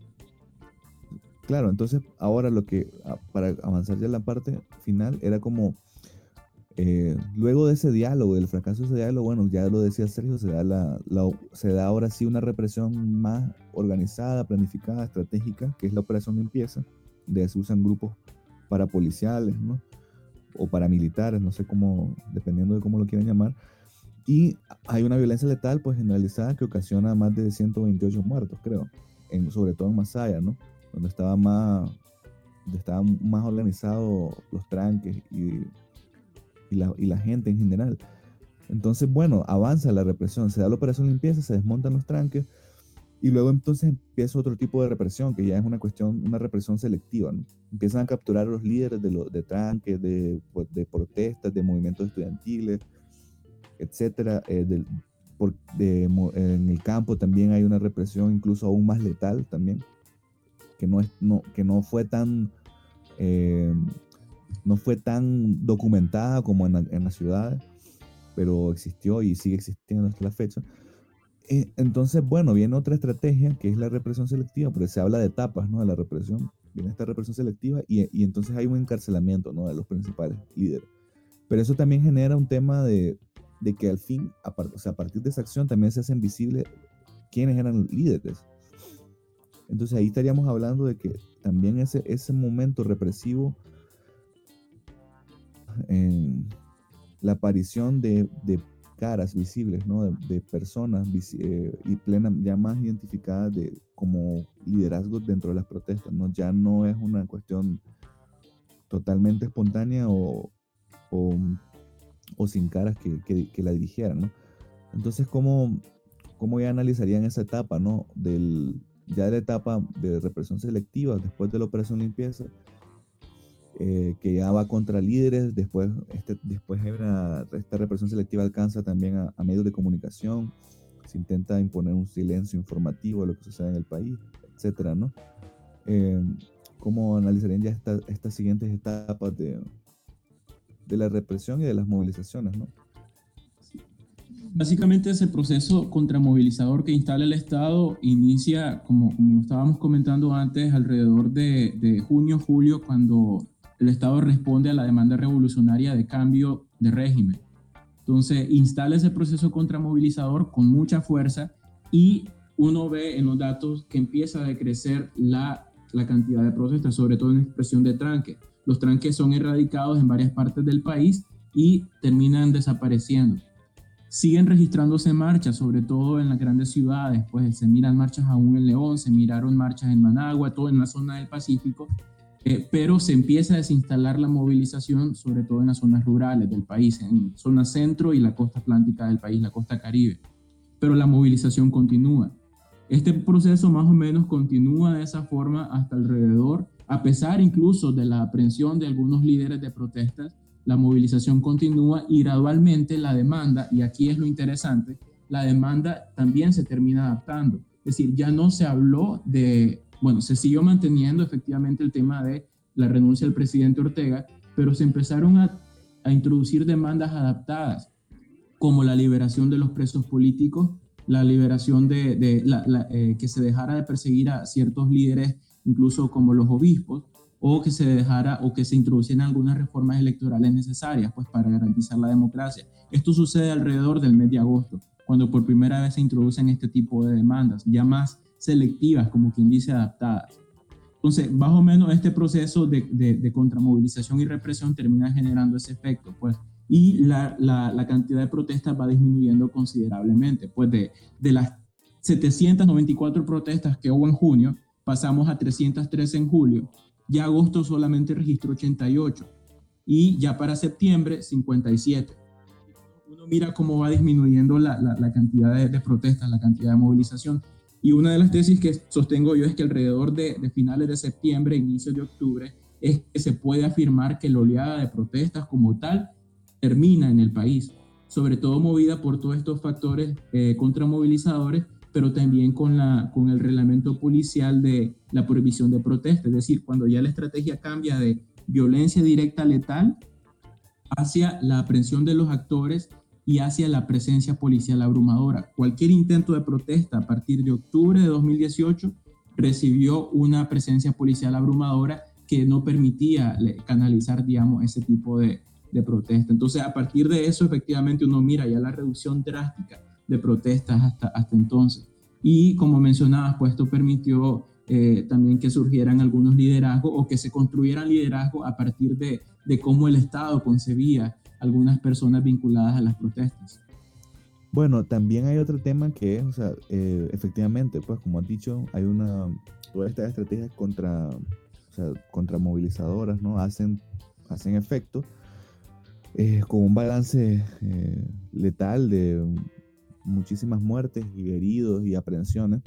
Speaker 1: claro, entonces ahora lo que, para avanzar ya en la parte final, era como, eh, luego de ese diálogo, del fracaso de ese diálogo, bueno, ya lo decía Sergio, se da, la, la, se da ahora sí una represión más organizada, planificada, estratégica, que es la operación limpieza, de se usan grupos parapoliciales, ¿no?, o paramilitares, no sé cómo, dependiendo de cómo lo quieran llamar, y hay una violencia letal pues generalizada que ocasiona más de ciento veintiocho muertos, creo, en, sobre todo en Masaya, ¿no?, donde estaba más, donde estaban más organizados los tranques y, y, la, y la gente en general. Entonces, bueno, avanza la represión, se da la operación limpieza, se desmontan los tranques, y luego entonces empieza otro tipo de represión, que ya es una cuestión, una represión selectiva, ¿no? Empiezan a capturar a los líderes de, los, de tranques, de, de protestas, de movimientos estudiantiles, etcétera. Eh, de, por, de, en el campo también hay una represión incluso aún más letal también, que no, es, no, que no fue tan eh, no fue tan documentada como en, la, en las ciudades, pero existió y sigue existiendo hasta la fecha. Entonces, bueno, viene otra estrategia que es la represión selectiva, porque se habla de etapas, ¿no?, de la represión. Viene esta represión selectiva y, y entonces hay un encarcelamiento, ¿no?, de los principales líderes. Pero eso también genera un tema de, de que al fin, a, part, o sea, a partir de esa acción también se hacen visibles quiénes eran los líderes. Entonces ahí estaríamos hablando de que también ese, ese momento represivo, en la aparición de, de caras visibles, ¿no? de, de personas eh, y plena, ya más identificadas de, como liderazgos dentro de las protestas, ¿no? Ya no es una cuestión totalmente espontánea o, o, o sin caras que, que, que la dirigieran, ¿no? Entonces, ¿cómo, cómo ya analizarían esa etapa, ¿no? Del, ya de la etapa de represión selectiva después de la Operación Limpieza, eh, que ya va contra líderes, después, este, después una, esta represión selectiva alcanza también a, a medios de comunicación, se intenta imponer un silencio informativo de lo que sucede en el país, etcétera, ¿no? Eh, ¿Cómo analizarían ya esta, estas siguientes etapas de, de la represión y de las movilizaciones, ¿no?
Speaker 3: Básicamente ese proceso contramovilizador que instala el Estado inicia, como, como estábamos comentando antes, alrededor de, de junio, julio, cuando el Estado responde a la demanda revolucionaria de cambio de régimen. Entonces instala ese proceso contramovilizador con mucha fuerza y uno ve en los datos que empieza a decrecer la, la cantidad de protestas, sobre todo en expresión de tranques. Los tranques son erradicados en varias partes del país y terminan desapareciendo. Siguen registrándose marchas, sobre todo en las grandes ciudades, pues se miran marchas aún en León, se miraron marchas en Managua, todo en la zona del Pacífico, eh, pero se empieza a desinstalar la movilización, sobre todo en las zonas rurales del país, en zona centro y la costa atlántica del país, la costa caribe. Pero la movilización continúa. Este proceso más o menos continúa de esa forma hasta alrededor, a pesar incluso de la aprehensión de algunos líderes de protestas. La movilización continúa y gradualmente la demanda, y aquí es lo interesante, la demanda también se termina adaptando. Es decir, ya no se habló de, bueno, se siguió manteniendo efectivamente el tema de la renuncia del presidente Ortega, pero se empezaron a, a introducir demandas adaptadas, como la liberación de los presos políticos, la liberación de, de la, la, eh, que se dejara de perseguir a ciertos líderes, incluso como los obispos, o que se dejara o que se introducieran algunas reformas electorales necesarias pues, para garantizar la democracia. Esto sucede alrededor del mes de agosto, cuando por primera vez se introducen este tipo de demandas, ya más selectivas, como quien dice, adaptadas. Entonces, más o menos este proceso de, de, de contramovilización y represión termina generando ese efecto, pues, y la, la, la cantidad de protestas va disminuyendo considerablemente. Pues de, de las setecientas noventa y cuatro protestas que hubo en junio, pasamos a trescientas trece en julio. Ya agosto solamente registró ochenta y ocho y ya para septiembre cincuenta y siete. Uno mira cómo va disminuyendo la, la, la cantidad de, de protestas, la cantidad de movilización. Y una de las tesis que sostengo yo es que alrededor de, de finales de septiembre, inicios de octubre, es que se puede afirmar que la oleada de protestas como tal termina en el país, sobre todo movida por todos estos factores eh, contramovilizadores, pero también con, la, con el reglamento policial de la prohibición de protesta, es decir, cuando ya la estrategia cambia de violencia directa letal hacia la aprehensión de los actores y hacia la presencia policial abrumadora. Cualquier intento de protesta a partir de octubre de dos mil dieciocho recibió una presencia policial abrumadora que no permitía canalizar, digamos, ese tipo de, de protesta. Entonces, a partir de eso, efectivamente, uno mira ya la reducción drástica de protestas hasta, hasta entonces. Y como mencionabas, pues esto permitió eh, también que surgieran algunos liderazgos o que se construyeran liderazgos a partir de, de cómo el Estado concebía algunas personas vinculadas a las protestas.
Speaker 1: Bueno, también hay otro tema que es, o sea, eh, efectivamente, pues como has dicho, hay una, todas estas estrategias contra, o sea, contra movilizadoras, ¿no? Hacen, hacen efecto eh, con un balance eh, letal de muchísimas muertes y heridos y aprehensiones.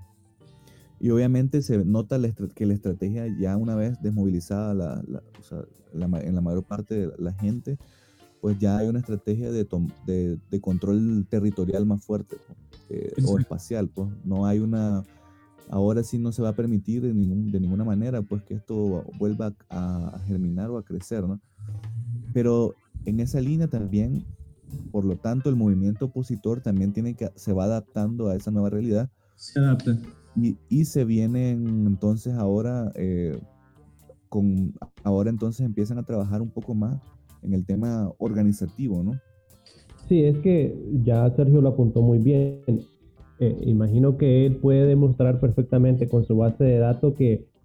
Speaker 1: Y obviamente se nota la que la estrategia, ya una vez desmovilizada la, la, o sea, la, en la mayor parte de la gente, pues ya hay una estrategia de, de, de control territorial más fuerte, eh, o espacial. Pues no hay una, ahora sí no se va a permitir de, ningún, de ninguna manera pues que esto vuelva a, a germinar o a crecer, ¿no? Pero en esa línea también, por lo tanto, el movimiento opositor también tiene que, se va adaptando a esa nueva realidad.
Speaker 3: Se adapta.
Speaker 1: Y, y se vienen entonces ahora, eh, con, ahora entonces empiezan a trabajar un poco más en el tema organizativo, ¿no?
Speaker 4: Sí, es que ya Sergio lo apuntó muy bien. Eh, imagino que él puede demostrar perfectamente con su base de datos que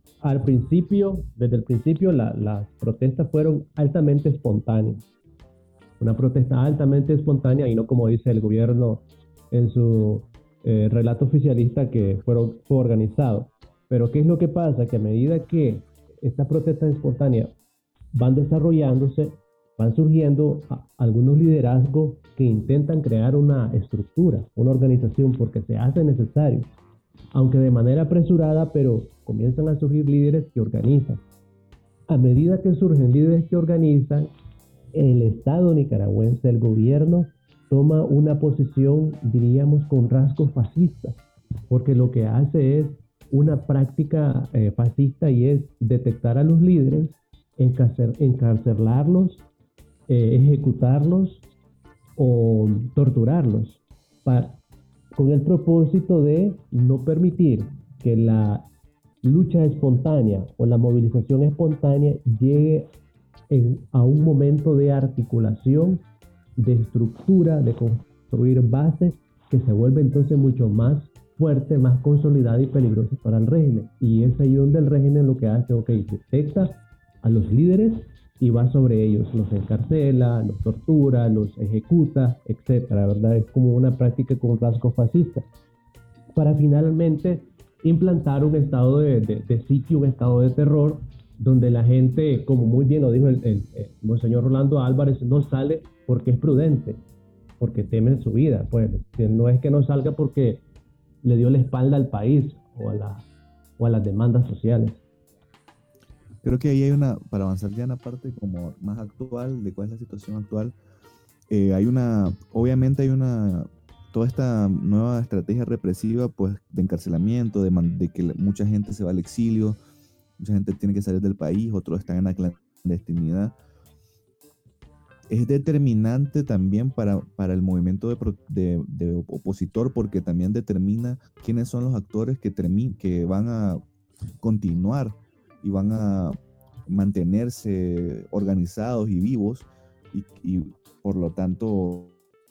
Speaker 4: al principio, desde el principio, la, las protestas fueron altamente espontáneas. Una protesta altamente espontánea y no como dice el gobierno en su eh, relato oficialista que fueron, fue organizado. Pero ¿qué es lo que pasa? Que a medida que estas protestas espontáneas van desarrollándose, van surgiendo a, algunos liderazgos que intentan crear una estructura, una organización, porque se hace necesario, aunque de manera apresurada, pero comienzan a surgir líderes que organizan. A medida que surgen líderes que organizan, el Estado nicaragüense, el gobierno, toma una posición, diríamos, con rasgos fascistas, porque lo que hace es una práctica eh, fascista y es detectar a los líderes, encarcer, encarcelarlos, eh, ejecutarlos o torturarlos, para, con el propósito de no permitir que la lucha espontánea o la movilización espontánea llegue en, a un momento de articulación, de estructura, de construir bases que se vuelve entonces mucho más fuerte, más consolidada y peligrosa para el régimen. Y es ahí donde el régimen lo que hace, ok, detecta a los líderes y va sobre ellos, los encarcela, los tortura, los ejecuta, etcétera, ¿verdad? Es como una práctica con rasgo fascista, para finalmente implantar un estado de, de, de sitio, un estado de terror, donde la gente, como muy bien lo dijo el, el, el monseñor Rolando Álvarez, no sale porque es prudente, porque teme su vida, pues no es que no salga porque le dio la espalda al país o a, la, o a las demandas sociales.
Speaker 1: Creo que ahí hay una, para avanzar ya en la parte como más actual, de cuál es la situación actual, eh, hay una, obviamente hay una, toda esta nueva estrategia represiva, pues, de encarcelamiento, de, man, de que mucha gente se va al exilio, mucha gente tiene que salir del país, otros están en la clandestinidad. Es determinante también para, para el movimiento de, de, de opositor, porque también determina quiénes son los actores que, termi, que van a continuar y van a mantenerse organizados y vivos y, y por lo tanto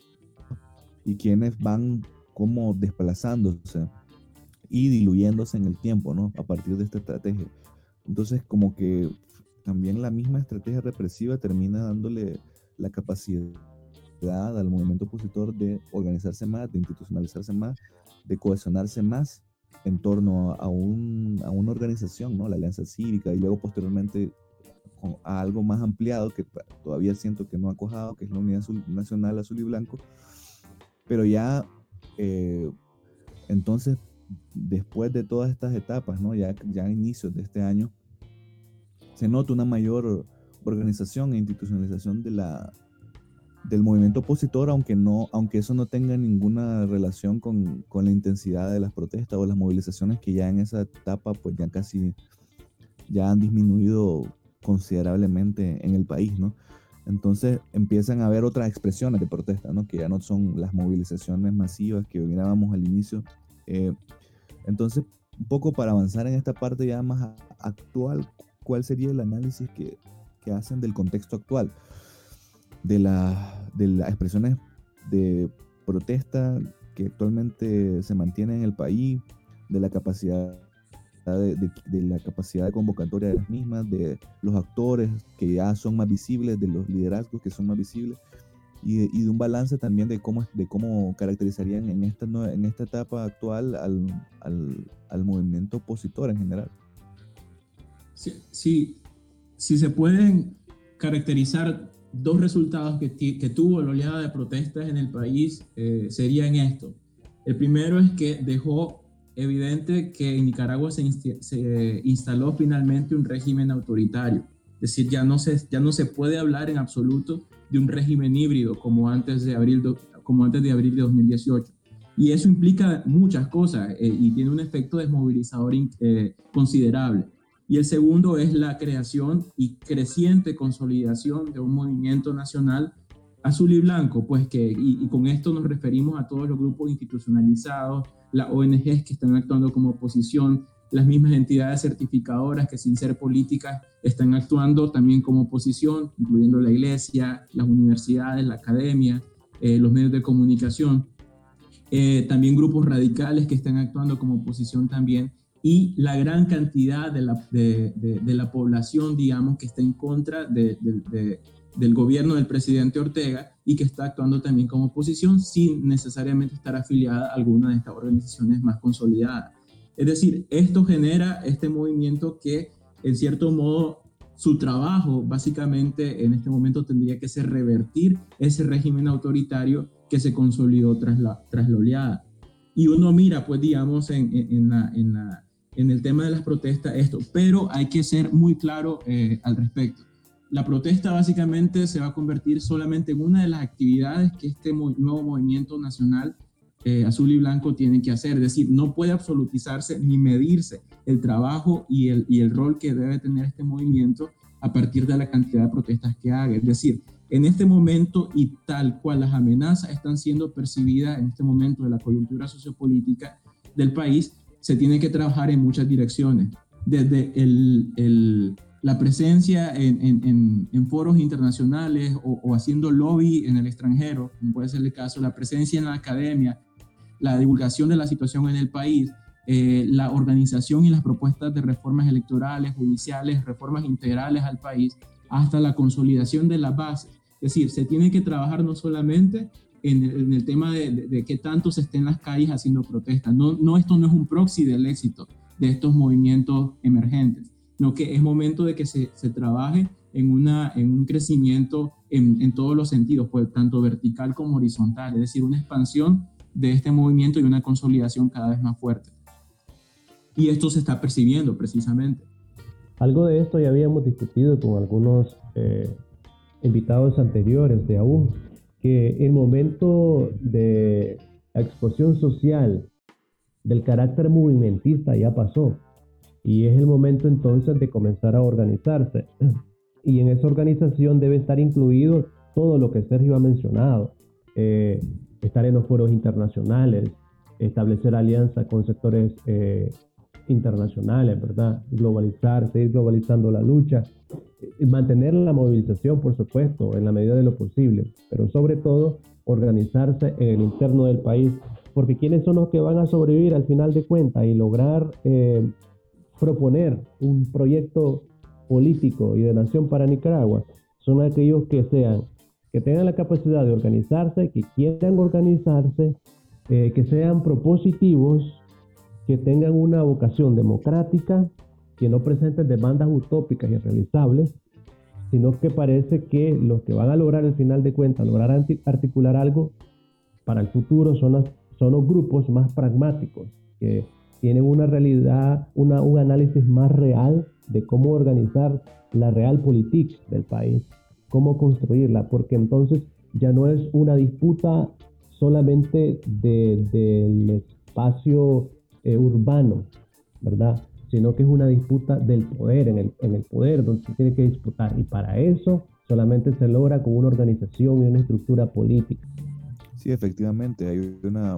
Speaker 1: y quienes van como desplazándose y diluyéndose en el tiempo, ¿no? A partir de esta estrategia. Entonces como que también la misma estrategia represiva termina dándole la capacidad al movimiento opositor de organizarse más, de institucionalizarse más, de cohesionarse más en torno a, un, a una organización, ¿no? La Alianza Cívica, y luego posteriormente a algo más ampliado que todavía siento que no ha cuajado, que es la Unidad Nacional Azul y Blanco. Pero ya, eh, entonces, después de todas estas etapas, ¿no? ya, ya a inicios de este año, se nota una mayor organización e institucionalización de la, del movimiento opositor, aunque, no, aunque eso no tenga ninguna relación con, con la intensidad de las protestas o las movilizaciones que ya en esa etapa pues ya casi ya han disminuido considerablemente en el país, ¿no? Entonces empiezan a haber otras expresiones de protesta, ¿no? Que ya no son las movilizaciones masivas que mirábamos al inicio. Eh, entonces, un poco para avanzar en esta parte ya más actual, ¿cuál sería el análisis que, que hacen del contexto actual? De, la, de las expresiones de protesta que actualmente se mantienen en el país, de la capacidad de, de, de la capacidad de convocatoria de las mismas, de los actores que ya son más visibles, de los liderazgos que son más visibles, y de, y de un balance también de cómo, de cómo caracterizarían en esta, en esta etapa actual al, al, al movimiento opositor en general.
Speaker 3: Sí, sí, sí se pueden caracterizar dos resultados que, que tuvo la oleada de protestas en el país, eh, serían estos. El primero es que dejó evidente que en Nicaragua se, inst- se instaló finalmente un régimen autoritario. Es decir, ya no, se, ya no se puede hablar en absoluto de un régimen híbrido como antes de abril, do, como antes de, abril de dos mil dieciocho. Y eso implica muchas cosas eh, y tiene un efecto desmovilizador eh, considerable. Y el segundo es la creación y creciente consolidación de un movimiento nacional azul y blanco, pues que, y, y con esto nos referimos a todos los grupos institucionalizados, las O N Ges que están actuando como oposición, las mismas entidades certificadoras que sin ser políticas están actuando también como oposición, incluyendo la iglesia, las universidades, la academia, eh, los medios de comunicación, eh, también grupos radicales que están actuando como oposición también. y la gran cantidad de la, de, de, de la población, digamos, que está en contra de, de, de, del gobierno del presidente Ortega y que está actuando también como oposición sin necesariamente estar afiliada a alguna de estas organizaciones más consolidadas. Es decir, esto genera este movimiento que, en cierto modo, su trabajo básicamente en este momento tendría que ser revertir ese régimen autoritario que se consolidó tras la, tras la oleada. Y uno mira, pues digamos, en, en, en, la, en, la, en el tema de las protestas esto, pero hay que ser muy claro eh, al respecto. La protesta básicamente se va a convertir solamente en una de las actividades que este mo- nuevo movimiento nacional eh, azul y blanco tiene que hacer. Es decir, no puede absolutizarse ni medirse el trabajo y el, y el rol que debe tener este movimiento a partir de la cantidad de protestas que haga. Es decir, en este momento y tal cual las amenazas están siendo percibidas en este momento de la coyuntura sociopolítica del país, se tiene que trabajar en muchas direcciones. Desde el, el, la presencia en, en, en, en foros internacionales o, o haciendo lobby en el extranjero, como puede ser el caso, la presencia en la academia, la divulgación de la situación en el país, eh, la organización y las propuestas de reformas electorales, judiciales, reformas integrales al país, hasta la consolidación de las bases. Es decir, se tiene que trabajar no solamente en el, en el tema de, de, de qué tanto se esté en las calles haciendo protestas. No, no, esto no es un proxy del éxito de estos movimientos emergentes, sino que es momento de que se, se trabaje en, una, en un crecimiento en, en todos los sentidos, pues, tanto vertical como horizontal, es decir, una expansión de este movimiento y una consolidación cada vez más fuerte. Y esto se está percibiendo precisamente.
Speaker 4: Algo de esto ya habíamos discutido con algunos eh, invitados anteriores de A U, que el momento de la explosión social del carácter movimentista ya pasó y es el momento entonces de comenzar a organizarse, y en esa organización debe estar incluido todo lo que Sergio ha mencionado, eh, estar en los foros internacionales, establecer alianzas con sectores eh, internacionales, ¿verdad? Globalizarse, ir globalizando la lucha, mantener la movilización, por supuesto, en la medida de lo posible, pero sobre todo organizarse en el interno del país, porque ¿quiénes son los que van a sobrevivir al final de cuentas y lograr eh, proponer un proyecto político y de nación para Nicaragua? Son aquellos que sean, que tengan la capacidad de organizarse, que quieran organizarse, eh, que sean propositivos, que tengan una vocación democrática, que no presenten demandas utópicas y irrealizables, sino que parece que los que van a lograr al final de cuentas, lograr articular algo para el futuro son, las, son los grupos más pragmáticos, que tienen una realidad, una, un análisis más real de cómo organizar la realpolitik del país, cómo construirla, porque entonces ya no es una disputa solamente de, del espacio eh, urbano, ¿verdad? Sino que es una disputa del poder, en el, en el poder donde se tiene que disputar, y para eso solamente se logra con una organización y una estructura política.
Speaker 1: Sí, efectivamente, hay una,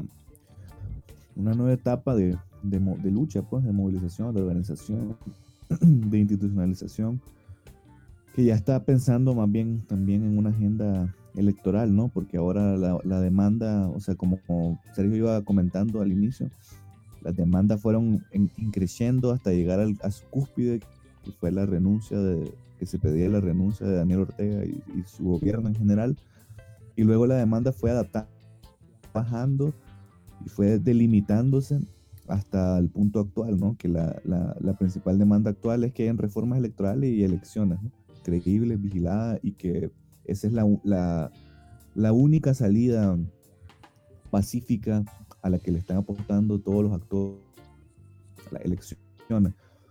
Speaker 1: una nueva etapa de, de, de lucha, pues, de movilización, de organización, de institucionalización, que ya está pensando más bien también en una agenda electoral, ¿no? Porque ahora la, la demanda, o sea, como, como Sergio iba comentando al inicio, las demandas fueron en, creciendo hasta llegar al, a su cúspide, que fue la renuncia de, que se pedía la renuncia de Daniel Ortega y, y su gobierno en general, y luego la demanda fue adaptando, bajando y fue delimitándose hasta el punto actual, ¿no? Que la, la, la principal demanda actual es que hayan reformas electorales y elecciones, ¿no? Creíbles, vigiladas, y que esa es la, la, la única salida pacífica a la que le están apostando todos los actores a las elecciones.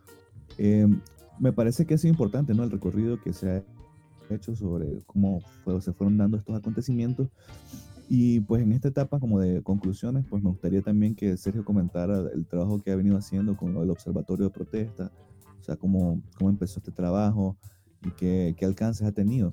Speaker 1: Eh, me parece que es importante, ¿no? El recorrido que se ha hecho sobre cómo fue, se fueron dando estos acontecimientos. Y pues en esta etapa como de conclusiones, pues me gustaría también que Sergio comentara el trabajo que ha venido haciendo con el Observatorio de Protesta, o sea, cómo, cómo empezó este trabajo y qué, qué alcances ha tenido.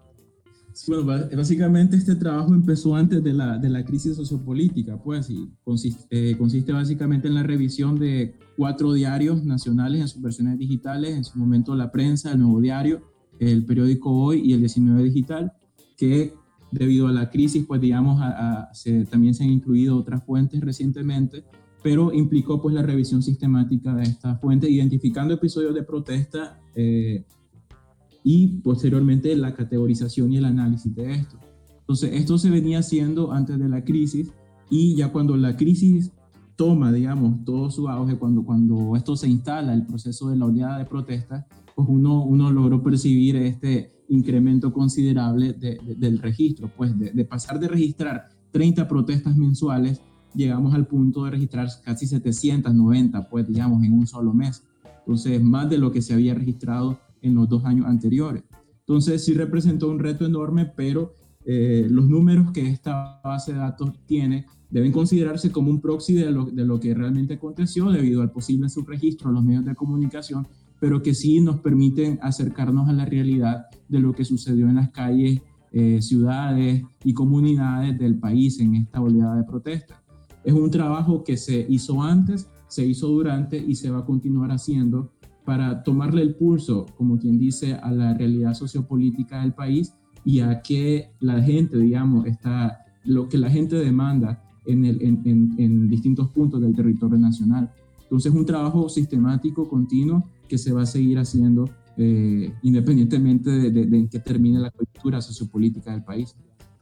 Speaker 3: Bueno, básicamente este trabajo empezó antes de la, de la crisis sociopolítica, pues, y consiste, eh, consiste básicamente en la revisión de cuatro diarios nacionales en sus versiones digitales, en su momento La Prensa, El Nuevo Diario, el periódico Hoy y el diecinueve Digital, que debido a la crisis, pues digamos, a, a, se, también se han incluido otras fuentes recientemente, pero implicó pues la revisión sistemática de esta fuente, identificando episodios de protesta eh, y posteriormente la categorización y el análisis de esto. Entonces, esto se venía haciendo antes de la crisis, y ya cuando la crisis toma, digamos, todo su auge, cuando, cuando esto se instala, el proceso de la oleada de protestas, pues uno, uno logró percibir este incremento considerable de, de, del registro, pues de, de pasar de registrar treinta protestas mensuales, llegamos al punto de registrar casi setecientas noventa, pues digamos, en un solo mes. Entonces, más de lo que se había registrado en los dos años anteriores. Entonces, sí representó un reto enorme, pero eh, los números que esta base de datos tiene deben considerarse como un proxy de lo, de lo que realmente aconteció debido al posible subregistro en los medios de comunicación, pero que sí nos permiten acercarnos a la realidad de lo que sucedió en las calles, eh, ciudades y comunidades del país en esta oleada de protestas. Es un trabajo que se hizo antes, se hizo durante y se va a continuar haciendo para tomarle el pulso, como quien dice, a la realidad sociopolítica del país y a que la gente, digamos, está, lo que la gente demanda en, el, en, en, en distintos puntos del territorio nacional. Entonces, un trabajo sistemático, continuo, que se va a seguir haciendo eh, independientemente de, de, de que termine la coyuntura sociopolítica del país.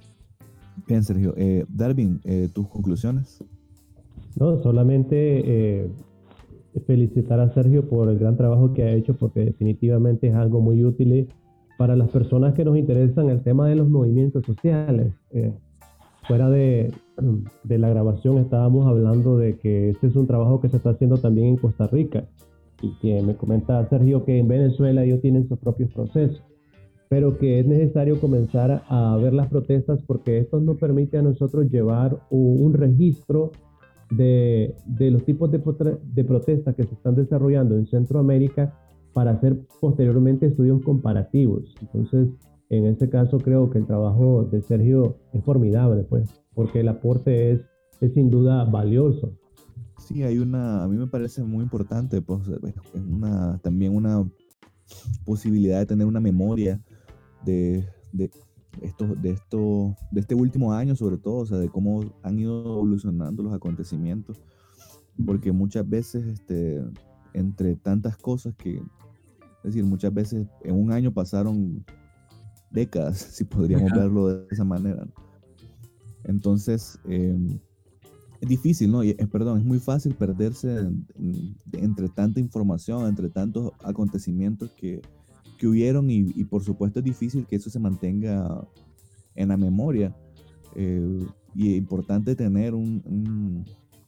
Speaker 1: Bien, Sergio. Eh, Darwin, eh, ¿tus conclusiones?
Speaker 4: No, solamente eh, felicitar a Sergio por el gran trabajo que ha hecho, porque definitivamente es algo muy útil para las personas que nos interesan el tema de los movimientos sociales. Eh, fuera de, de la grabación estábamos hablando de que este es un trabajo que se está haciendo también en Costa Rica, y que me comenta Sergio que en Venezuela ellos tienen sus propios procesos, pero que es necesario comenzar a ver las protestas porque esto nos permite a nosotros llevar un, un registro de, de los tipos de, de protestas que se están desarrollando en Centroamérica para hacer posteriormente estudios comparativos. Entonces, en este caso creo que el trabajo de Sergio es formidable, pues, porque el aporte es, es sin duda valioso.
Speaker 1: Sí, hay una, a mí me parece muy importante, pues, es una, también una posibilidad de tener una memoria de, de, esto, de, esto, de este último año, sobre todo, o sea, de cómo han ido evolucionando los acontecimientos, porque muchas veces, este, entre tantas cosas que, es decir, muchas veces en un año pasaron décadas, si podríamos Ajá. verlo de esa manera, ¿no? Entonces, eh, es difícil, ¿no? Y, eh, perdón, es muy fácil perderse en, en, entre tanta información, entre tantos acontecimientos que, que hubieron y, y por supuesto es difícil que eso se mantenga en la memoria. Eh, y es importante tener un, un,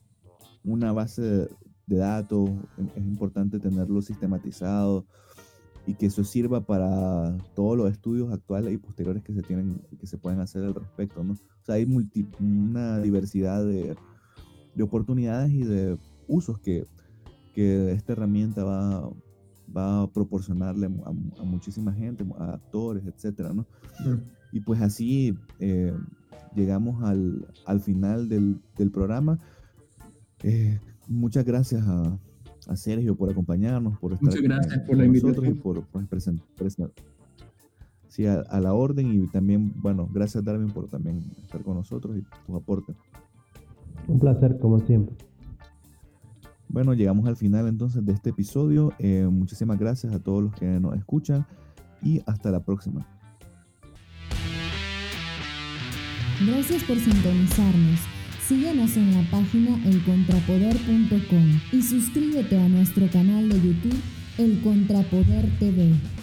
Speaker 1: una base de, de datos, es importante tenerlo sistematizado y que eso sirva para todos los estudios actuales y posteriores que se tienen, que se pueden hacer al respecto, ¿no? O sea, hay multi, una diversidad de, de oportunidades y de usos que, que esta herramienta va, va a proporcionarle a, a muchísima gente, a actores, etcétera, ¿no? Sí. Y pues así eh, llegamos al, al final del, del programa. Eh, muchas gracias a a Sergio por acompañarnos, por estar
Speaker 3: Muchas gracias
Speaker 1: con,
Speaker 3: por la
Speaker 1: nosotros
Speaker 3: invitación.
Speaker 1: y por, por presentar, presentar sí, a, a la orden, y también, bueno, gracias Darwin por también estar con nosotros y tus aportes.
Speaker 4: Un placer, como siempre.
Speaker 1: Bueno, llegamos al final entonces de este episodio. Eh, muchísimas gracias a todos los que nos escuchan y hasta la próxima.
Speaker 2: Gracias por sintonizarnos. Síguenos en la página el contrapoder punto com y suscríbete a nuestro canal de YouTube El Contrapoder T V.